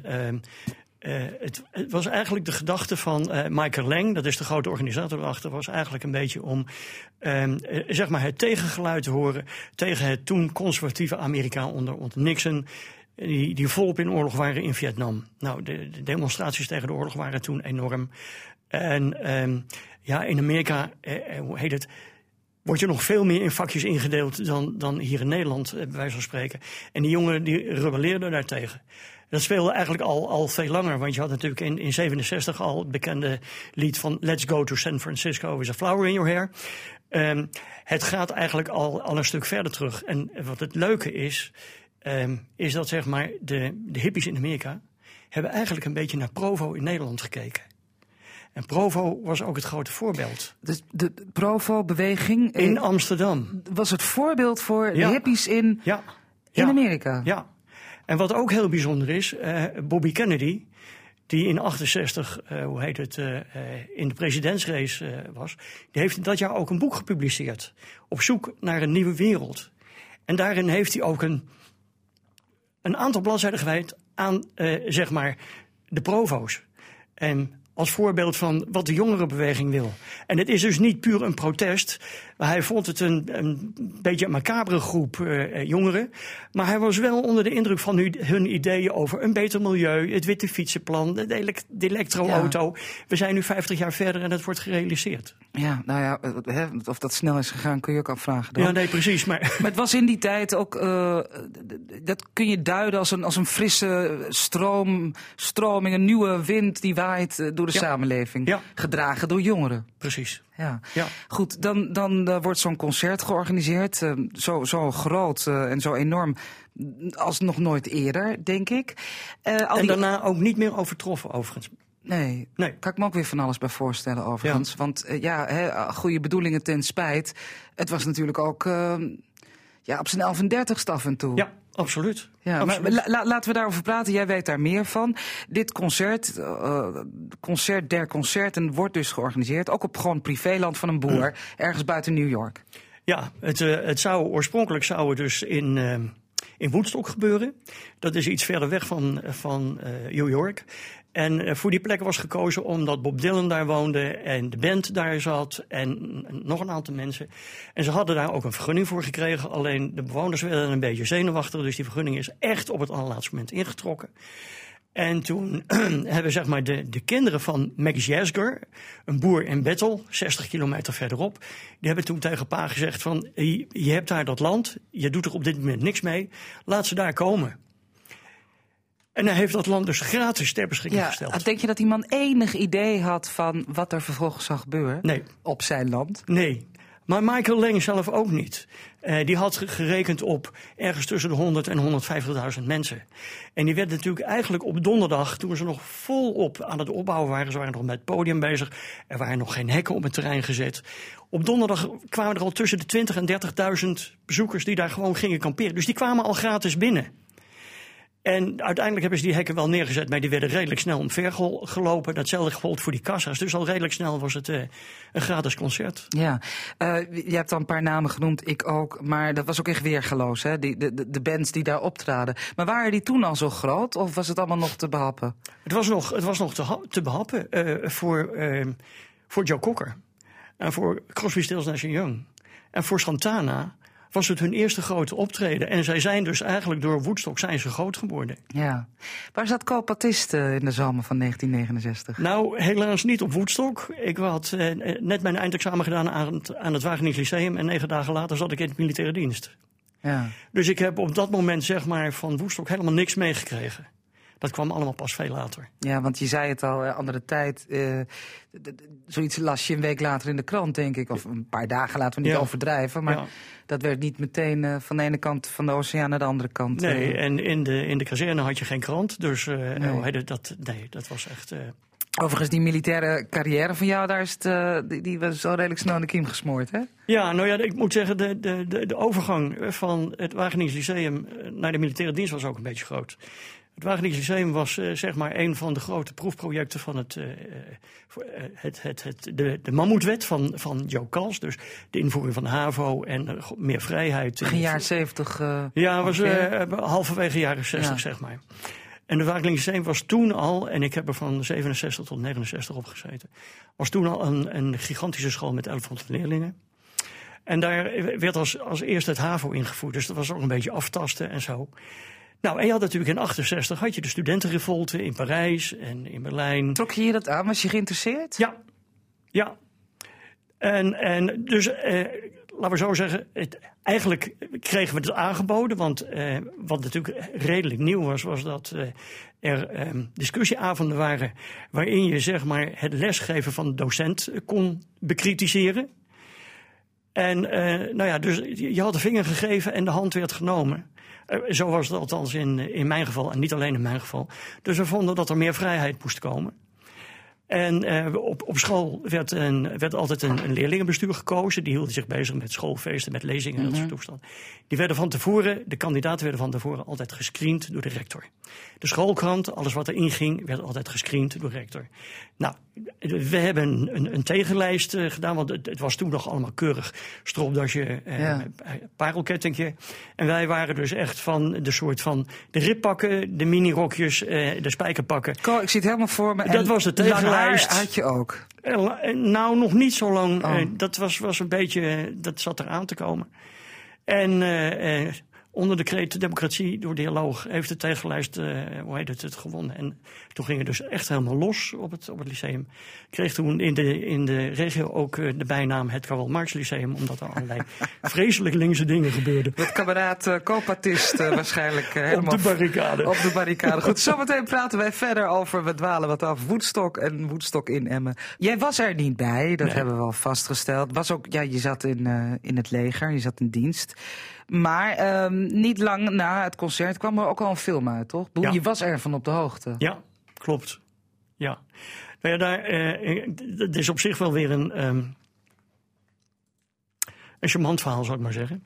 Speaker 6: het was eigenlijk de gedachte van Michael Lang, dat is de grote organisator erachter, was eigenlijk een beetje om het tegengeluid te horen tegen het toen conservatieve Amerika onder Nixon, die volop in oorlog waren in Vietnam. Nou, de demonstraties tegen de oorlog waren toen enorm. En in Amerika, word je nog veel meer in vakjes ingedeeld dan hier in Nederland, bij wijze van spreken. En die jongen die rebelleerden daartegen. Dat speelde eigenlijk al veel langer, want je had natuurlijk in 67 al het bekende lied van Let's Go to San Francisco with a Flower in Your Hair. Het gaat eigenlijk al een stuk verder terug. En wat het leuke is dat zeg maar de hippies in Amerika hebben eigenlijk een beetje naar Provo in Nederland gekeken. En Provo was ook het grote voorbeeld.
Speaker 2: Dus de Provo-beweging
Speaker 6: in Amsterdam
Speaker 2: was het voorbeeld voor de hippies in Amerika.
Speaker 6: Ja. En wat ook heel bijzonder is, Bobby Kennedy, die in 68, in de presidentsrace was, die heeft dat jaar ook een boek gepubliceerd. Op zoek naar een nieuwe wereld. En daarin heeft hij ook een aantal bladzijden gewijd aan, de Provo's. En als voorbeeld van wat de jongerenbeweging wil. En het is dus niet puur een protest. Maar hij vond het een beetje een macabere groep jongeren. Maar hij was wel onder de indruk van hun ideeën over een beter milieu, het witte fietsenplan, de elektroauto. Ja. We zijn nu 50 jaar verder en het wordt gerealiseerd.
Speaker 2: Ja, nou ja, of dat snel is gegaan kun je ook afvragen dan.
Speaker 6: Ja, nee, precies. Maar
Speaker 2: het was in die tijd ook, dat kun je duiden als een frisse stroming, een nieuwe wind die waait door de samenleving. Ja. Gedragen door jongeren.
Speaker 6: Precies.
Speaker 2: Ja. Goed, dan wordt zo'n concert georganiseerd. Zo groot en zo enorm als nog nooit eerder, denk ik.
Speaker 6: Daarna ook niet meer overtroffen, overigens.
Speaker 2: Nee, kan ik me ook weer van alles bij voorstellen, overigens. Ja. Want goede bedoelingen ten spijt. Het was natuurlijk ook op zijn 31ste af en toe.
Speaker 6: Ja, absoluut.
Speaker 2: Ja,
Speaker 6: absoluut.
Speaker 2: Maar laten we daarover praten. Jij weet daar meer van. Dit concert der concerten wordt dus georganiseerd. Ook op gewoon privéland van een boer, ergens buiten New York.
Speaker 6: Ja, oorspronkelijk zou het dus in Woodstock gebeuren. Dat is iets verder weg van New York. En voor die plek was gekozen omdat Bob Dylan daar woonde en de band daar zat en nog een aantal mensen. En ze hadden daar ook een vergunning voor gekregen. Alleen de bewoners werden een beetje zenuwachtig, dus die vergunning is echt op het allerlaatste moment ingetrokken. En toen hebben zeg maar de kinderen van Max Yasgur, een boer in Bethel, 60 kilometer verderop, die hebben toen tegen pa gezegd van, je hebt daar dat land, je doet er op dit moment niks mee, laat ze daar komen. En hij heeft dat land dus gratis ter beschikking gesteld.
Speaker 2: Denk je dat die man enig idee had van wat er vervolgens zou gebeuren?
Speaker 6: Nee.
Speaker 2: Op zijn land?
Speaker 6: Nee. Maar Michael Lang zelf ook niet. Die had gerekend op ergens tussen de 100 en 150.000 mensen. En die werd natuurlijk eigenlijk op donderdag, toen ze nog volop aan het opbouwen waren, ze waren nog met het podium bezig, er waren nog geen hekken op het terrein gezet. Op donderdag kwamen er al tussen de 20.000 en 30.000 bezoekers die daar gewoon gingen kamperen. Dus die kwamen al gratis binnen. En uiteindelijk hebben ze die hekken wel neergezet, maar die werden redelijk snel omver gelopen. Datzelfde gold voor die kassa's. Dus al redelijk snel was het een gratis concert.
Speaker 2: Ja, je hebt al een paar namen genoemd, ik ook. Maar dat was ook echt weergeloos, hè? De bands die daar optraden. Maar waren die toen al zo groot of was het allemaal nog te behappen?
Speaker 6: Het was nog te behappen voor Joe Cocker. En voor Crosby, Stills, Nash & Young. En voor Santana was het hun eerste grote optreden. En zij zijn dus eigenlijk door Woodstock zijn ze groot geworden.
Speaker 2: Ja. Waar zat Ko Patist in de zomer van 1969?
Speaker 6: Nou, helaas niet op Woodstock. Ik had net mijn eindexamen gedaan aan het Wageningen Lyceum. En 9 dagen later zat ik in de militaire dienst. Ja. Dus ik heb op dat moment zeg maar van Woodstock helemaal niks meegekregen. Dat kwam allemaal pas veel later.
Speaker 2: Ja, want je zei het al, andere tijd. Zoiets las je een week later in de krant, denk ik. Of een paar dagen, laten we niet overdrijven. Maar dat werd niet meteen van de ene kant van de oceaan naar de andere kant.
Speaker 6: Nee, en in de kazerne had je geen krant. Dus dat was echt...
Speaker 2: Overigens, die militaire carrière van jou, daar is die was zo redelijk snel in de kiem gesmoord, hè?
Speaker 6: Ja, nou ja, ik moet zeggen, de overgang van het Wageningen Lyceum naar de militaire dienst was ook een beetje groot. Het Wageningen Lyceum was zeg maar een van de grote proefprojecten van de mammoetwet van Joe Cals. Dus de invoering van de HAVO en meer vrijheid.
Speaker 2: Begin jaren 70.
Speaker 6: Ja, was halverwege jaren 60, zeg maar. En de Wageningen Lyceum was toen al, en ik heb er van 67 tot 69 op gezeten, was toen al een gigantische school met 1100 leerlingen. En daar werd als eerste het HAVO ingevoerd. Dus dat was ook een beetje aftasten en zo. Nou, en je had natuurlijk in 68 had je de studentenrevolte in Parijs en in Berlijn.
Speaker 2: Trok je dat aan? Was je geïnteresseerd?
Speaker 6: Ja. En dus, laten we zo zeggen, eigenlijk kregen we het aangeboden. Want wat natuurlijk redelijk nieuw was dat er discussieavonden waren waarin je zeg maar het lesgeven van de docent kon bekritiseren. En dus je had de vinger gegeven en de hand werd genomen. Zo was het althans in mijn geval en niet alleen in mijn geval. Dus we vonden dat er meer vrijheid moest komen. En op school werd altijd een leerlingenbestuur gekozen. Die hielden zich bezig met schoolfeesten, met lezingen en dat soort toestanden. De kandidaten werden van tevoren altijd gescreend door de rector. De schoolkrant, alles wat erin ging, werd altijd gescreend door de rector. Nou, we hebben een tegenlijst gedaan, want het was toen nog allemaal keurig. Stropdasje, parelkettingje. En wij waren dus echt van de soort van de ribpakken, de minirokjes, de spijkerpakken.
Speaker 2: Ik zie het helemaal voor me.
Speaker 6: Dat was de tegenlijst.
Speaker 2: Had je ook?
Speaker 6: Nou, nog niet zo lang. Dat was een beetje, dat zat eraan te komen. En onder de kreet democratie door dialoog heeft de tegenlijst het gewonnen. En toen ging het dus echt helemaal los op het lyceum. Kreeg toen in de regio ook de bijnaam het Karl Marx Lyceum, omdat er allerlei vreselijk linkse dingen gebeurden.
Speaker 2: Dat kameraad Ko Patist waarschijnlijk helemaal
Speaker 6: op de barricade.
Speaker 2: Op de barricade. Goed, zometeen praten wij verder over, we dwalen wat af, Woodstock en Woodstock in Emmen. Jij was er niet bij, dat hebben we al vastgesteld. Was ook, je zat in het leger, je zat in dienst. Maar niet lang na het concert kwam er ook al een film uit, toch? Je was ervan op de hoogte. Ja,
Speaker 6: klopt. Ja. Nou ja, dat is op zich wel weer een charmant verhaal, zou ik maar zeggen.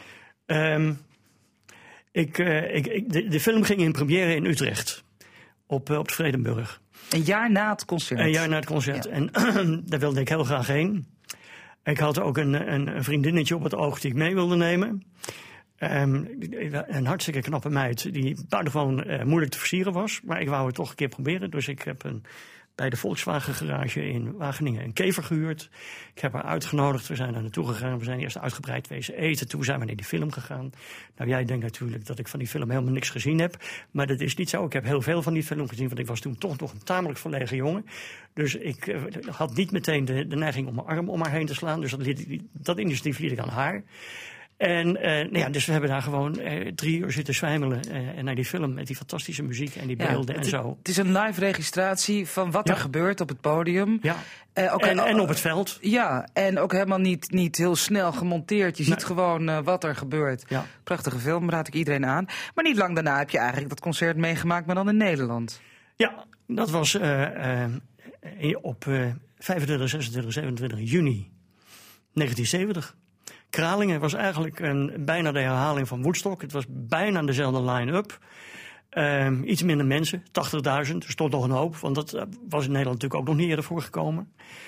Speaker 6: De film ging in première in Utrecht. Op de Vredenburg.
Speaker 2: Een jaar na het concert?
Speaker 6: Een jaar na het concert. Ja. En daar wilde ik heel graag heen. Ik had ook een vriendinnetje op het oog die ik mee wilde nemen. Een hartstikke knappe meid die buitengewoon moeilijk te versieren was. Maar ik wou het toch een keer proberen. Dus ik heb bij de Volkswagen garage in Wageningen een kever gehuurd. Ik heb haar uitgenodigd, we zijn daar naartoe gegaan. We zijn eerst uitgebreid wezen eten, toen zijn we naar die film gegaan. Nou, jij denkt natuurlijk dat ik van die film helemaal niks gezien heb. Maar dat is niet zo. Ik heb heel veel van die film gezien, want ik was toen toch nog een tamelijk verlegen jongen. Dus ik had niet meteen de neiging om mijn arm om haar heen te slaan. Dus dat initiatief liet ik aan haar. En dus we hebben daar gewoon 3 uur zitten zwijmelen naar die film met die fantastische muziek en die beelden en zo.
Speaker 2: Het is een live registratie van wat er gebeurt op het podium.
Speaker 6: Ja. En op het veld.
Speaker 2: Ja, en ook helemaal niet heel snel gemonteerd. Je ziet gewoon wat er gebeurt. Ja. Prachtige film, raad ik iedereen aan. Maar niet lang daarna heb je eigenlijk dat concert meegemaakt, maar dan in Nederland.
Speaker 6: Ja, dat was op 25, 26, 27 juni 1970. Kralingen was eigenlijk bijna de herhaling van Woodstock. Het was bijna dezelfde line-up. Iets minder mensen, 80.000. Er stond nog een hoop, want dat was in Nederland natuurlijk ook nog niet eerder voorgekomen.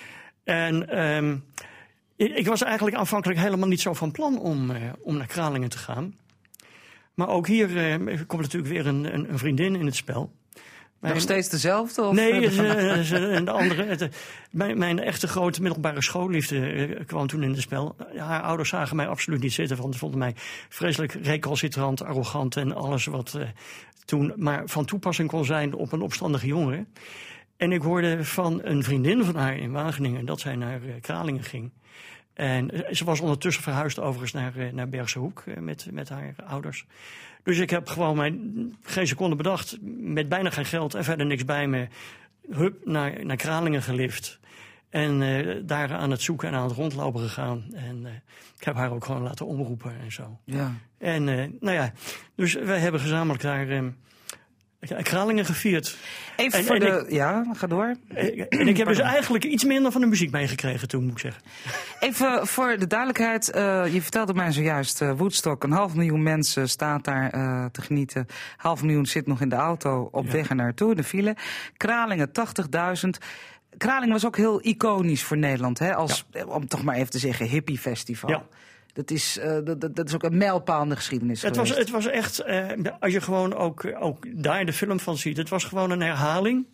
Speaker 6: En ik was eigenlijk aanvankelijk helemaal niet zo van plan om naar Kralingen te gaan. Maar ook hier komt natuurlijk weer een vriendin in het spel.
Speaker 2: Nog steeds dezelfde? Of?
Speaker 6: Nee, de andere. Mijn echte grote middelbare schoolliefde kwam toen in het spel. Haar ouders zagen mij absoluut niet zitten, want ze vonden mij vreselijk recalcitrant, arrogant en alles wat toen maar van toepassing kon zijn op een opstandige jongere. En ik hoorde van een vriendin van haar in Wageningen dat zij naar Kralingen ging. En ze was ondertussen verhuisd overigens naar Bergse Hoek met haar ouders. Dus ik heb gewoon geen seconde bedacht, met bijna geen geld en verder niks bij me, naar Kralingen gelift. En daar aan het zoeken en aan het rondlopen gegaan. En ik heb haar ook gewoon laten omroepen en zo.
Speaker 2: Ja.
Speaker 6: En dus wij hebben gezamenlijk daar Kralingen gevierd.
Speaker 2: Ja, ga door.
Speaker 6: En ik heb dus eigenlijk iets minder van de muziek meegekregen toen, moet ik zeggen.
Speaker 2: Even voor de duidelijkheid, je vertelde mij zojuist, Woodstock, 500.000 mensen staat daar te genieten. 500.000 zit nog in de auto op weg er naartoe, in de file. Kralingen, 80.000. Kralingen was ook heel iconisch voor Nederland, hè? Om toch maar even te zeggen, hippiefestival. Ja. Dat is ook een mijlpaal in de geschiedenis geweest.
Speaker 6: Het was echt, als je gewoon ook daar de film van ziet, het was gewoon een herhaling.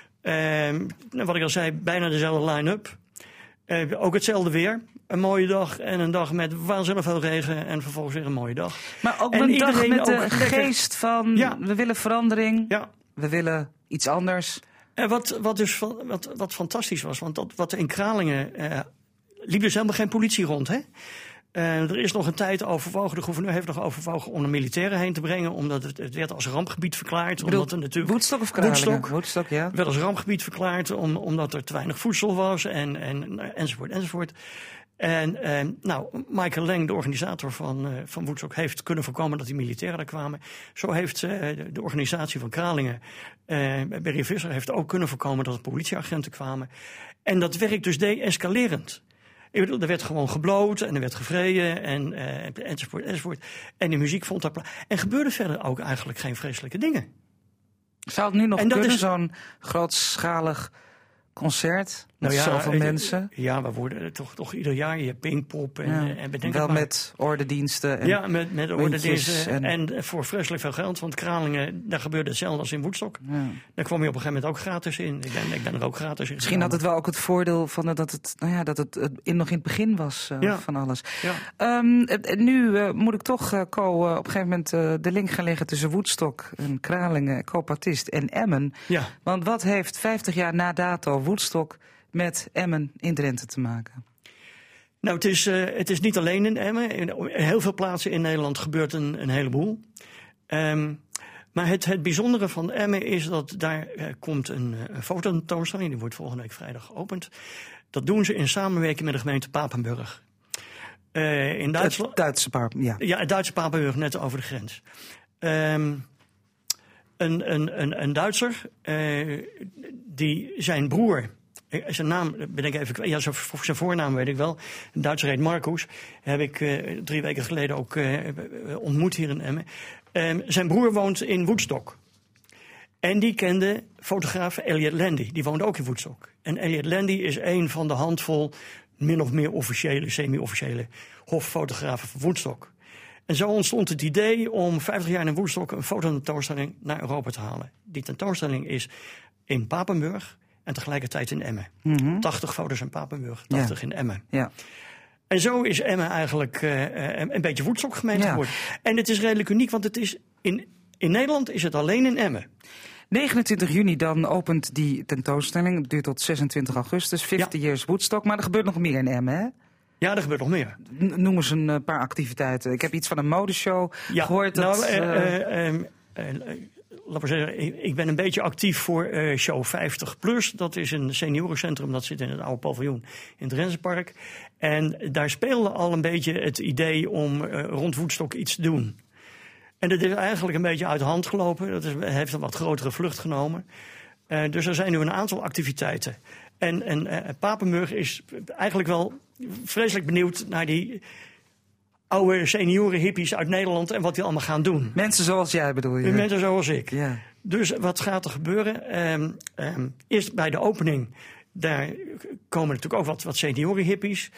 Speaker 6: Wat ik al zei, bijna dezelfde line-up. Ook hetzelfde weer. Een mooie dag en een dag met waanzinnig veel regen en vervolgens weer een mooie dag.
Speaker 2: Maar ook een dag met de geest van, we willen verandering, we willen iets anders.
Speaker 6: Wat fantastisch was, want wat in Kralingen liep dus helemaal geen politie rond, hè? Er is nog een tijd overwogen, de gouverneur heeft nog overwogen om de militairen heen te brengen, omdat het werd als rampgebied verklaard.
Speaker 2: Omdat er natuurlijk Woodstock of Kralingen? Woodstock, ja.
Speaker 6: Werd als rampgebied verklaard omdat er te weinig voedsel was enzovoort. En Michael Lang, de organisator van Woodstock, heeft kunnen voorkomen dat die militairen er kwamen. Zo heeft de organisatie van Kralingen, Barry Visser, heeft ook kunnen voorkomen dat er politieagenten kwamen. En dat werkt dus de-escalerend. Ik bedoel, er werd gewoon gebloot en er werd gevreden enzovoort. En de muziek vond daar plaats. En gebeurde verder ook eigenlijk geen vreselijke dingen.
Speaker 2: Zou het nu nog kunnen, zo'n grootschalig concert met zoveel mensen?
Speaker 6: Ja, we worden toch ieder jaar. Je hebt Pinkpop en bedenk
Speaker 2: wel
Speaker 6: het maar.
Speaker 2: Met ordendiensten.
Speaker 6: Met ordendiensten en voor vreselijk veel geld. Want Kralingen, daar gebeurde hetzelfde als in Woodstock. Ja. Daar kwam je op een gegeven moment ook gratis in. Ik ben er ook gratis in.
Speaker 2: Misschien had het wel ook het voordeel van dat het nog in het begin was van alles. Ja. Nu moet ik toch, op een gegeven moment de link gaan leggen tussen Woodstock en Kralingen, Co-Partist en Emmen. Ja. Want wat heeft 50 jaar na dato Woodstock met Emmen in Drenthe te maken?
Speaker 6: Nou, het is niet alleen in Emmen. In heel veel plaatsen in Nederland gebeurt een heleboel. Maar het bijzondere van Emmen is dat daar komt een fototentoonstelling. Die wordt volgende week vrijdag geopend. Dat doen ze in samenwerking met de gemeente Papenburg. In Duitsland.
Speaker 2: Het Duitse Papenburg, ja.
Speaker 6: Ja, het Duitse Papenburg, net over de grens. Een Duitser, die zijn broer, zijn naam ben ik even kwijt, zijn voornaam weet ik wel, een Duitser heet Marcus, heb ik 3 weken geleden ook ontmoet hier in Emmen. Zijn broer woont in Woodstock. En die kende fotograaf Elliot Landy, die woonde ook in Woodstock. En Elliot Landy is een van de handvol min of meer officiële, semi-officiële hoffotografen van Woodstock. En zo ontstond het idee om 50 jaar in Woodstock een fototentoonstelling naar Europa te halen. Die tentoonstelling is in Papenburg. en tegelijkertijd in Emmen. 80 foto's in Papenburg, 80 in Emmen.
Speaker 2: Ja.
Speaker 6: En zo is Emmen eigenlijk een beetje Woodstock-gemeente geworden. En het is redelijk uniek, want het is in Nederland is het alleen in Emmen.
Speaker 2: 29 juni dan opent die tentoonstelling. Het duurt tot 26 augustus. 50 Years Woodstock. Maar er gebeurt nog meer in Emmen, hè?
Speaker 6: Ja, er gebeurt nog meer.
Speaker 2: Noem eens een paar activiteiten. Ik heb iets van een modeshow gehoord.
Speaker 6: Laten we zeggen, ik ben een beetje actief voor Show 50+. Dat is een seniorencentrum, dat zit in het oude paviljoen in het Renzenpark. En daar speelde al een beetje het idee om rond Woodstock iets te doen. En dat is eigenlijk een beetje uit de hand gelopen. Heeft een wat grotere vlucht genomen. Dus er zijn nu een aantal activiteiten. En Papenburg is eigenlijk wel vreselijk benieuwd naar die oude senioren hippies uit Nederland en wat die allemaal gaan doen.
Speaker 2: Mensen zoals jij bedoel je?
Speaker 6: Mensen zoals ik.
Speaker 2: Ja.
Speaker 6: Dus wat gaat er gebeuren? Eerst bij de opening, daar komen natuurlijk ook wat senioren hippies.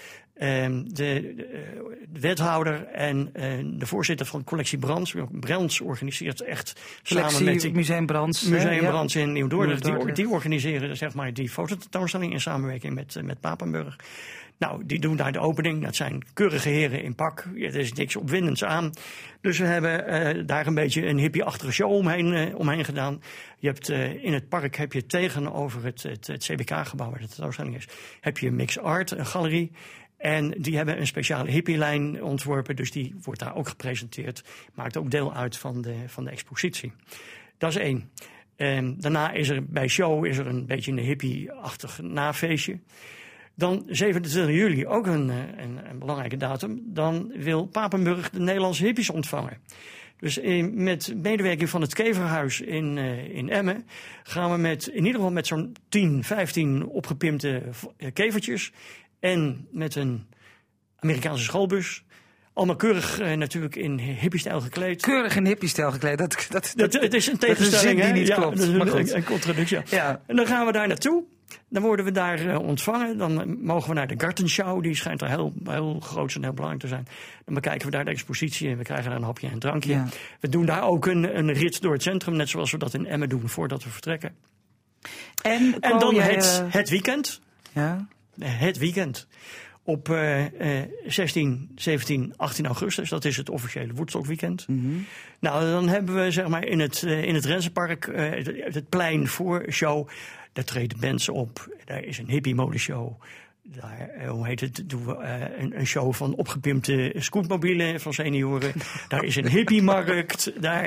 Speaker 6: De wethouder en de voorzitter van de collectie Brands. Brands organiseert echt samen met het
Speaker 2: Museum Brands.
Speaker 6: Museum Brands in Nieuw-Dordrecht. Die organiseren zeg maar die fototentoonstelling in samenwerking met Papenburg. Nou, die doen daar de opening. Dat zijn keurige heren in pak. Er is niks opwindends aan. Dus we hebben daar een beetje een hippie-achtige show omheen gedaan. Je hebt in het park heb je tegenover het CBK-gebouw waar de tentoonstelling is, heb je Mix Art, een galerie. En die hebben een speciale hippielijn ontworpen, dus die wordt daar ook gepresenteerd. Maakt ook deel uit van de expositie. Dat is 1. Daarna is er bij show een beetje een hippie-achtig nafeestje. Dan 27 juli, ook een belangrijke datum. Dan wil Papenburg de Nederlandse hippies ontvangen. Dus met medewerking van het Keverhuis in Emmen gaan we in ieder geval met zo'n 10, 15 opgepimpte kevertjes en met een Amerikaanse schoolbus. Allemaal keurig natuurlijk in hippie-stijl gekleed.
Speaker 2: Keurig in hippie-stijl gekleed.
Speaker 6: Het is een tegenstelling,
Speaker 2: die
Speaker 6: hè?
Speaker 2: niet klopt.
Speaker 6: Dat is
Speaker 2: maar goed.
Speaker 6: Een contradictie.
Speaker 2: Ja.
Speaker 6: En dan gaan we daar naartoe. Dan worden we daar ontvangen. Dan mogen we naar de Gartenshow. Die schijnt er heel groot en heel belangrijk te zijn. Dan bekijken we daar de expositie en we krijgen daar een hapje en een drankje. Ja. We doen daar ook een rit door het centrum. Net zoals we dat in Emmen doen voordat we vertrekken. En dan het weekend.
Speaker 2: Ja.
Speaker 6: Het weekend. Op 16, 17, 18 augustus. Dat is het officiële Woodstock weekend. Mm-hmm. Nou, dan hebben we zeg maar in het Renzenpark het plein voor show. Daar treden mensen op. Daar is een hippie-modeshow. Daar, doen we een show van opgepimpte scootmobielen van senioren. Daar is een hippie-markt. Daar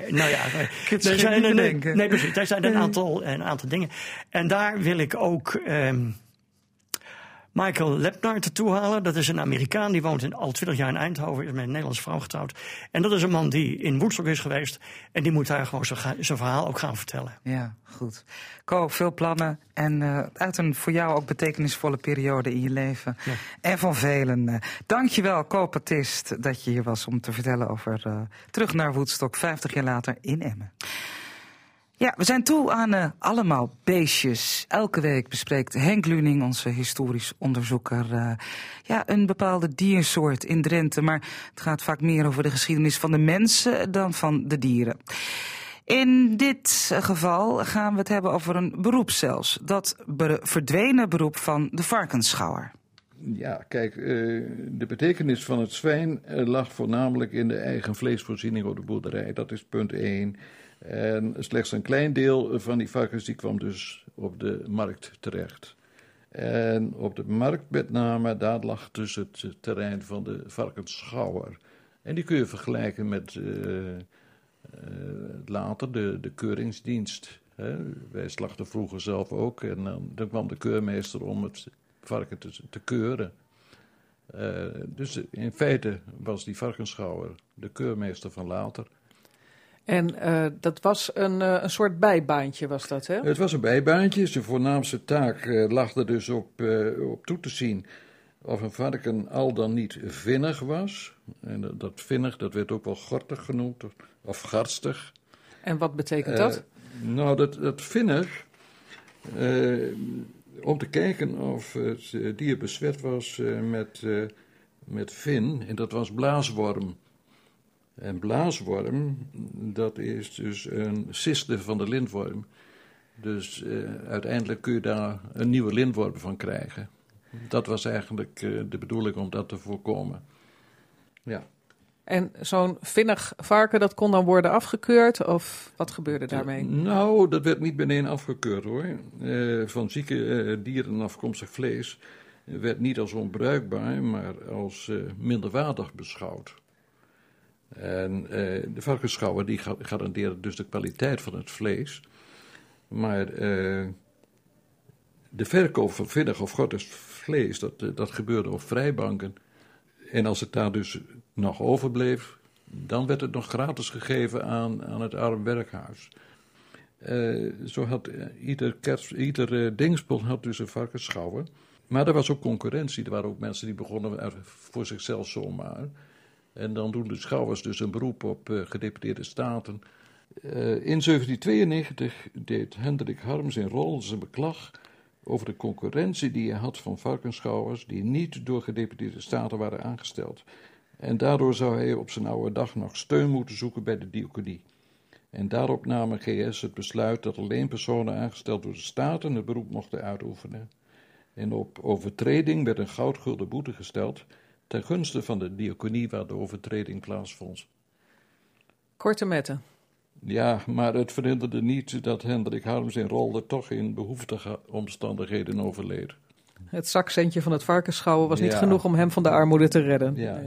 Speaker 6: zijn een aantal dingen. En daar wil ik ook Michael Lepnar naartoe halen. Dat is een Amerikaan, die woont al 20 jaar in Eindhoven. Is met een Nederlandse vrouw getrouwd. En dat is een man die in Woodstock is geweest. En die moet daar gewoon zijn verhaal ook gaan vertellen.
Speaker 2: Ja, goed. Ko, veel plannen. En uit een voor jou ook betekenisvolle periode in je leven. Ja. En van velen. Dankjewel, Ko Patist, dat je hier was om te vertellen over terug naar Woodstock 50 jaar later in Emmen. Ja, we zijn toe aan allemaal beestjes. Elke week bespreekt Henk Luning, onze historisch onderzoeker, een bepaalde diersoort in Drenthe. Maar het gaat vaak meer over de geschiedenis van de mensen dan van de dieren. In dit geval gaan we het hebben over een beroep zelfs. Dat verdwenen beroep van de varkensschouwer.
Speaker 7: Ja, kijk, de betekenis van het zwijn lag voornamelijk in de eigen vleesvoorziening op de boerderij. Dat is punt 1. En slechts een klein deel van die varkens die kwam dus op de markt terecht. En op de markt met name, daar lag dus het terrein van de varkensschouwer. En die kun je vergelijken met later de keuringsdienst. Hè. Wij slachten vroeger zelf ook. En dan kwam de keurmeester om het varken te keuren. Dus in feite was die varkensschouwer de keurmeester van later.
Speaker 21: En dat was een soort bijbaantje, was dat, hè?
Speaker 7: Het was een bijbaantje. Zijn voornaamste taak lag er dus op toe te zien of een varken al dan niet vinnig was. En dat vinnig, dat werd ook wel gortig genoemd, of garstig.
Speaker 21: En wat betekent dat?
Speaker 7: Dat vinnig, om te kijken of het dier besmet was met vin, en dat was blaasworm. En blaasworm, dat is dus een cyste van de lintworm. Dus uiteindelijk kun je daar een nieuwe lintworm van krijgen. Dat was eigenlijk de bedoeling om dat te voorkomen. Ja.
Speaker 21: En zo'n vinnig varken, dat kon dan worden afgekeurd? Of wat gebeurde daarmee?
Speaker 7: Nou, dat werd niet meteen afgekeurd hoor. Van zieke dieren afkomstig vlees werd niet als onbruikbaar, maar als minderwaardig beschouwd. En de varkensschouwer die garandeerde dus de kwaliteit van het vlees. Maar de verkoop van vinnig of grotes vlees, dat gebeurde op vrijbanken. En als het daar dus nog overbleef, dan werd het nog gratis gegeven aan het arm werkhuis. Zo had ieder dingspot had dus een varkensschouwer. Maar er was ook concurrentie. Er waren ook mensen die begonnen voor zichzelf zomaar. En dan doen de schouwers dus een beroep op gedeputeerde staten. In 1792 deed Hendrik Harms in Rol zijn beklag over de concurrentie die hij had van varkensschouwers die niet door gedeputeerde staten waren aangesteld. En daardoor zou hij op zijn oude dag nog steun moeten zoeken bij de diaconie. En daarop namen GS het besluit dat alleen personen aangesteld door de staten het beroep mochten uitoefenen. En op overtreding werd een goudgulden boete gesteld ten gunste van de diaconie waar de overtreding plaatsvond.
Speaker 21: Korte metten.
Speaker 7: Ja, maar het verhinderde niet dat Hendrik Harms in Rolde toch in behoeftige omstandigheden overleed.
Speaker 21: Het zakcentje van het varkensschouwen was niet genoeg om hem van de armoede te redden.
Speaker 7: Ja.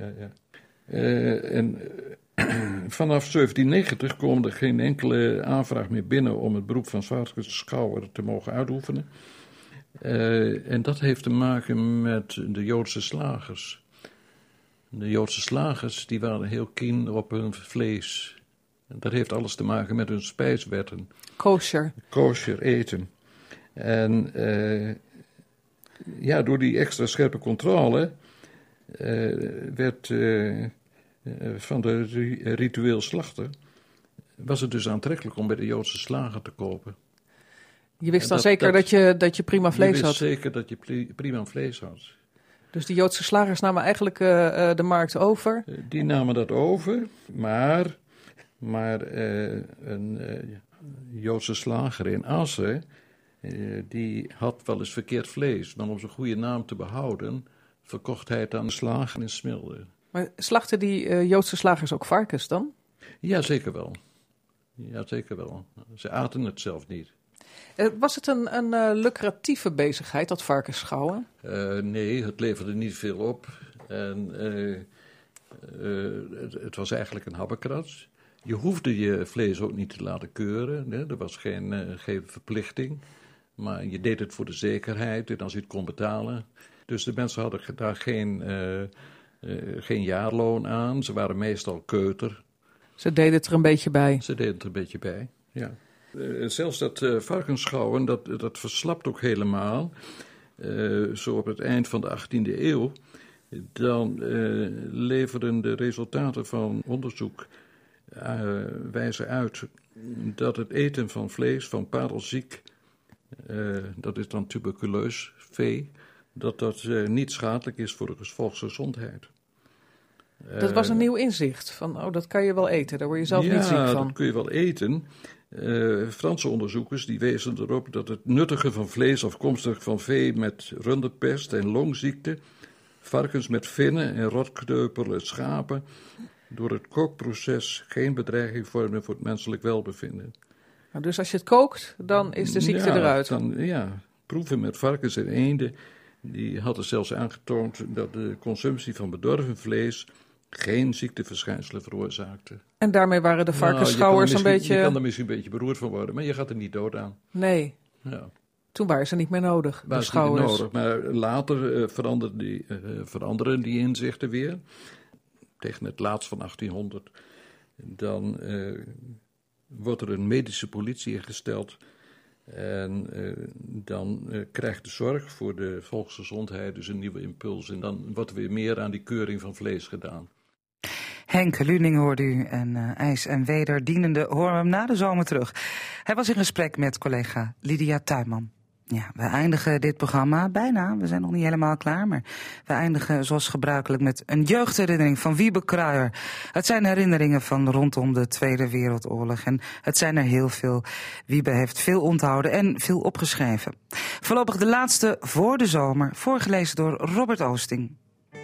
Speaker 7: En vanaf 1790 kwam er geen enkele aanvraag meer binnen om het beroep van varkensschouwer te mogen uitoefenen. En dat heeft te maken met de Joodse slagers. De Joodse slagers die waren heel keen op hun vlees. Dat heeft alles te maken met hun spijswetten. Kosher eten. En door die extra scherpe controle werd van de ritueel slachten was het dus aantrekkelijk om bij de Joodse slager te kopen.
Speaker 21: Je wist dan zeker dat je prima vlees had?
Speaker 7: Je wist zeker dat je prima vlees had.
Speaker 21: Dus de Joodse slagers namen eigenlijk de markt over?
Speaker 7: Die namen dat over, maar een Joodse slager in Assen, die had wel eens verkeerd vlees. Dan om zijn goede naam te behouden, verkocht hij het aan de slager in Smilde.
Speaker 21: Maar slachten die Joodse slagers ook varkens dan?
Speaker 7: Ja, zeker wel. Ze aten het zelf niet.
Speaker 21: Was het een lucratieve bezigheid, dat varkensschouwen?
Speaker 7: Nee, het leverde niet veel op. En het was eigenlijk een habbekrats. Je hoefde je vlees ook niet te laten keuren. Hè? Er was geen verplichting. Maar je deed het voor de zekerheid en als je het kon betalen. Dus de mensen hadden daar geen jaarloon aan. Ze waren meestal keuter.
Speaker 21: Ze deden het er een beetje bij?
Speaker 7: Ja. Zelfs dat varkensschouwen, dat verslapt ook helemaal. Zo op het eind van de 18e eeuw. Dan leverden de resultaten van onderzoek wijzen uit dat het eten van vlees van parelziek, dat is dan tuberculeus vee, dat niet schadelijk is voor de volksgezondheid.
Speaker 21: Dat was een nieuw inzicht, van dat kan je wel eten, daar word je zelf niet ziek van.
Speaker 7: Ja, dat kun je wel eten. Franse onderzoekers die wezen erop dat het nuttigen van vlees afkomstig van vee met runderpest en longziekte, varkens met vinnen en rotkneupelen schapen, door het kookproces geen bedreiging vormen voor het menselijk welbevinden.
Speaker 21: Nou, dus als je het kookt, dan is de ziekte eruit?
Speaker 7: Proeven met varkens en eenden, die hadden zelfs aangetoond dat de consumptie van bedorven vlees geen ziekteverschijnselen veroorzaakte.
Speaker 21: En daarmee waren de varkensschouwers een beetje...
Speaker 7: Je kan er misschien een beetje beroerd van worden, maar je gaat er niet dood aan.
Speaker 21: Nee.
Speaker 7: Ja.
Speaker 21: Toen waren ze niet meer nodig, de schouwers.
Speaker 7: Maar later veranderen die inzichten weer. Tegen het laatst van 1800. Dan wordt er een medische politie ingesteld. En dan krijgt de zorg voor de volksgezondheid dus een nieuwe impuls. En dan wordt er weer meer aan die keuring van vlees gedaan.
Speaker 2: Henk Luning hoorde u en IJs en Wederdienende horen we hem na de zomer terug. Hij was in gesprek met collega Lydia Tuinman. Ja, we eindigen dit programma bijna. We zijn nog niet helemaal klaar, maar we eindigen zoals gebruikelijk met een jeugdherinnering van Wiebe Kruijer. Het zijn herinneringen van rondom de Tweede Wereldoorlog en het zijn er heel veel. Wiebe heeft veel onthouden en veel opgeschreven. Voorlopig de laatste voor de zomer, voorgelezen door Robert Oosting.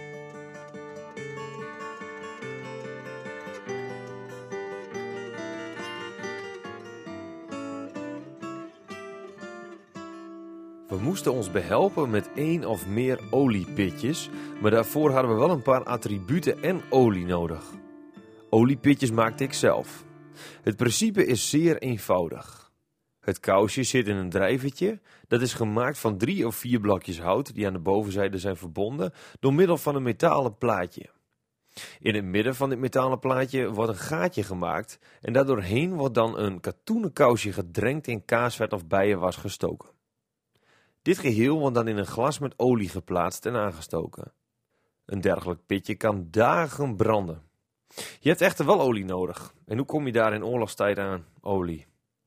Speaker 3: We moesten ons behelpen met 1 of meer oliepitjes, maar daarvoor hadden we wel een paar attributen en olie nodig. Oliepitjes maakte ik zelf. Het principe is zeer eenvoudig. Het kousje zit in een drijvertje, dat is gemaakt van 3 of 4 blokjes hout die aan de bovenzijde zijn verbonden door middel van een metalen plaatje. In het midden van dit metalen plaatje wordt een gaatje gemaakt en daardoorheen wordt dan een katoenen kousje gedrenkt in kaasvet of bijenwas gestoken. Dit geheel wordt dan in een glas met olie geplaatst en aangestoken. Een dergelijk pitje kan dagen branden. Je hebt echter wel olie nodig. En hoe kom je daar in oorlogstijd aan? Olie.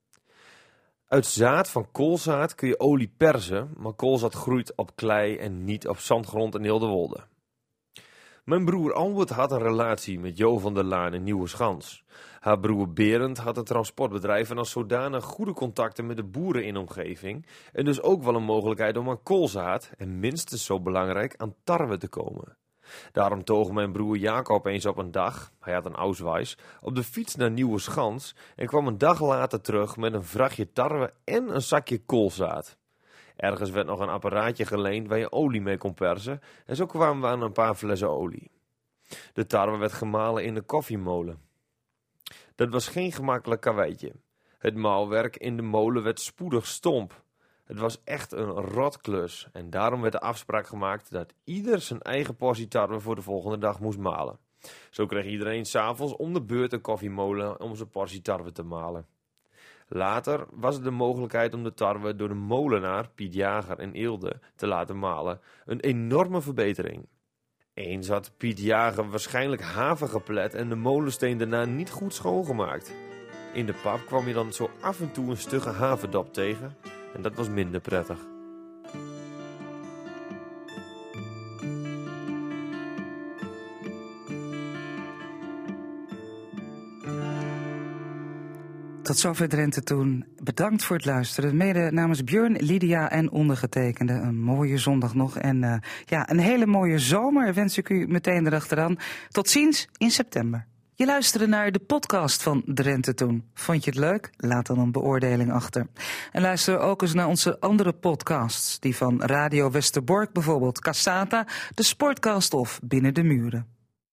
Speaker 3: Uit zaad van koolzaad kun je olie persen, maar koolzaad groeit op klei en niet op zandgrond in heel de Wolde. Mijn broer Albert had een relatie met Jo van der Laan in Nieuweschans. Haar broer Berend had een transportbedrijf en als zodanig goede contacten met de boeren in de omgeving. En dus ook wel een mogelijkheid om aan koolzaad, en minstens zo belangrijk, aan tarwe te komen. Daarom toog mijn broer Jacob eens op een dag, hij had een Ausweis, op de fiets naar Nieuweschans en kwam een dag later terug met een vrachtje tarwe en een zakje koolzaad. Ergens werd nog een apparaatje geleend waar je olie mee kon persen en zo kwamen we aan een paar flessen olie. De tarwe werd gemalen in de koffiemolen. Dat was geen gemakkelijk karweitje. Het maalwerk in de molen werd spoedig stomp. Het was echt een rotklus en daarom werd de afspraak gemaakt dat ieder zijn eigen portie tarwe voor de volgende dag moest malen. Zo kreeg iedereen 's avonds om de beurt een koffiemolen om zijn portie tarwe te malen. Later was er de mogelijkheid om de tarwe door de molenaar Piet Jager in Eelde te laten malen. Een enorme verbetering. Eens had Piet Jager waarschijnlijk haver geplet en de molensteen daarna niet goed schoongemaakt. In de pap kwam je dan zo af en toe een stugge haverdop tegen en dat was minder prettig.
Speaker 2: Tot zover Drenthe Toen. Bedankt voor het luisteren. Mede namens Björn, Lydia en ondergetekende. Een mooie zondag nog. En een hele mooie zomer wens ik u meteen erachteraan. Tot ziens in september. Je luisterde naar de podcast van Drenthe Toen. Vond je het leuk? Laat dan een beoordeling achter. En luister ook eens naar onze andere podcasts. Die van Radio Westerbork bijvoorbeeld. Cassata, de Sportcast of Binnen de Muren.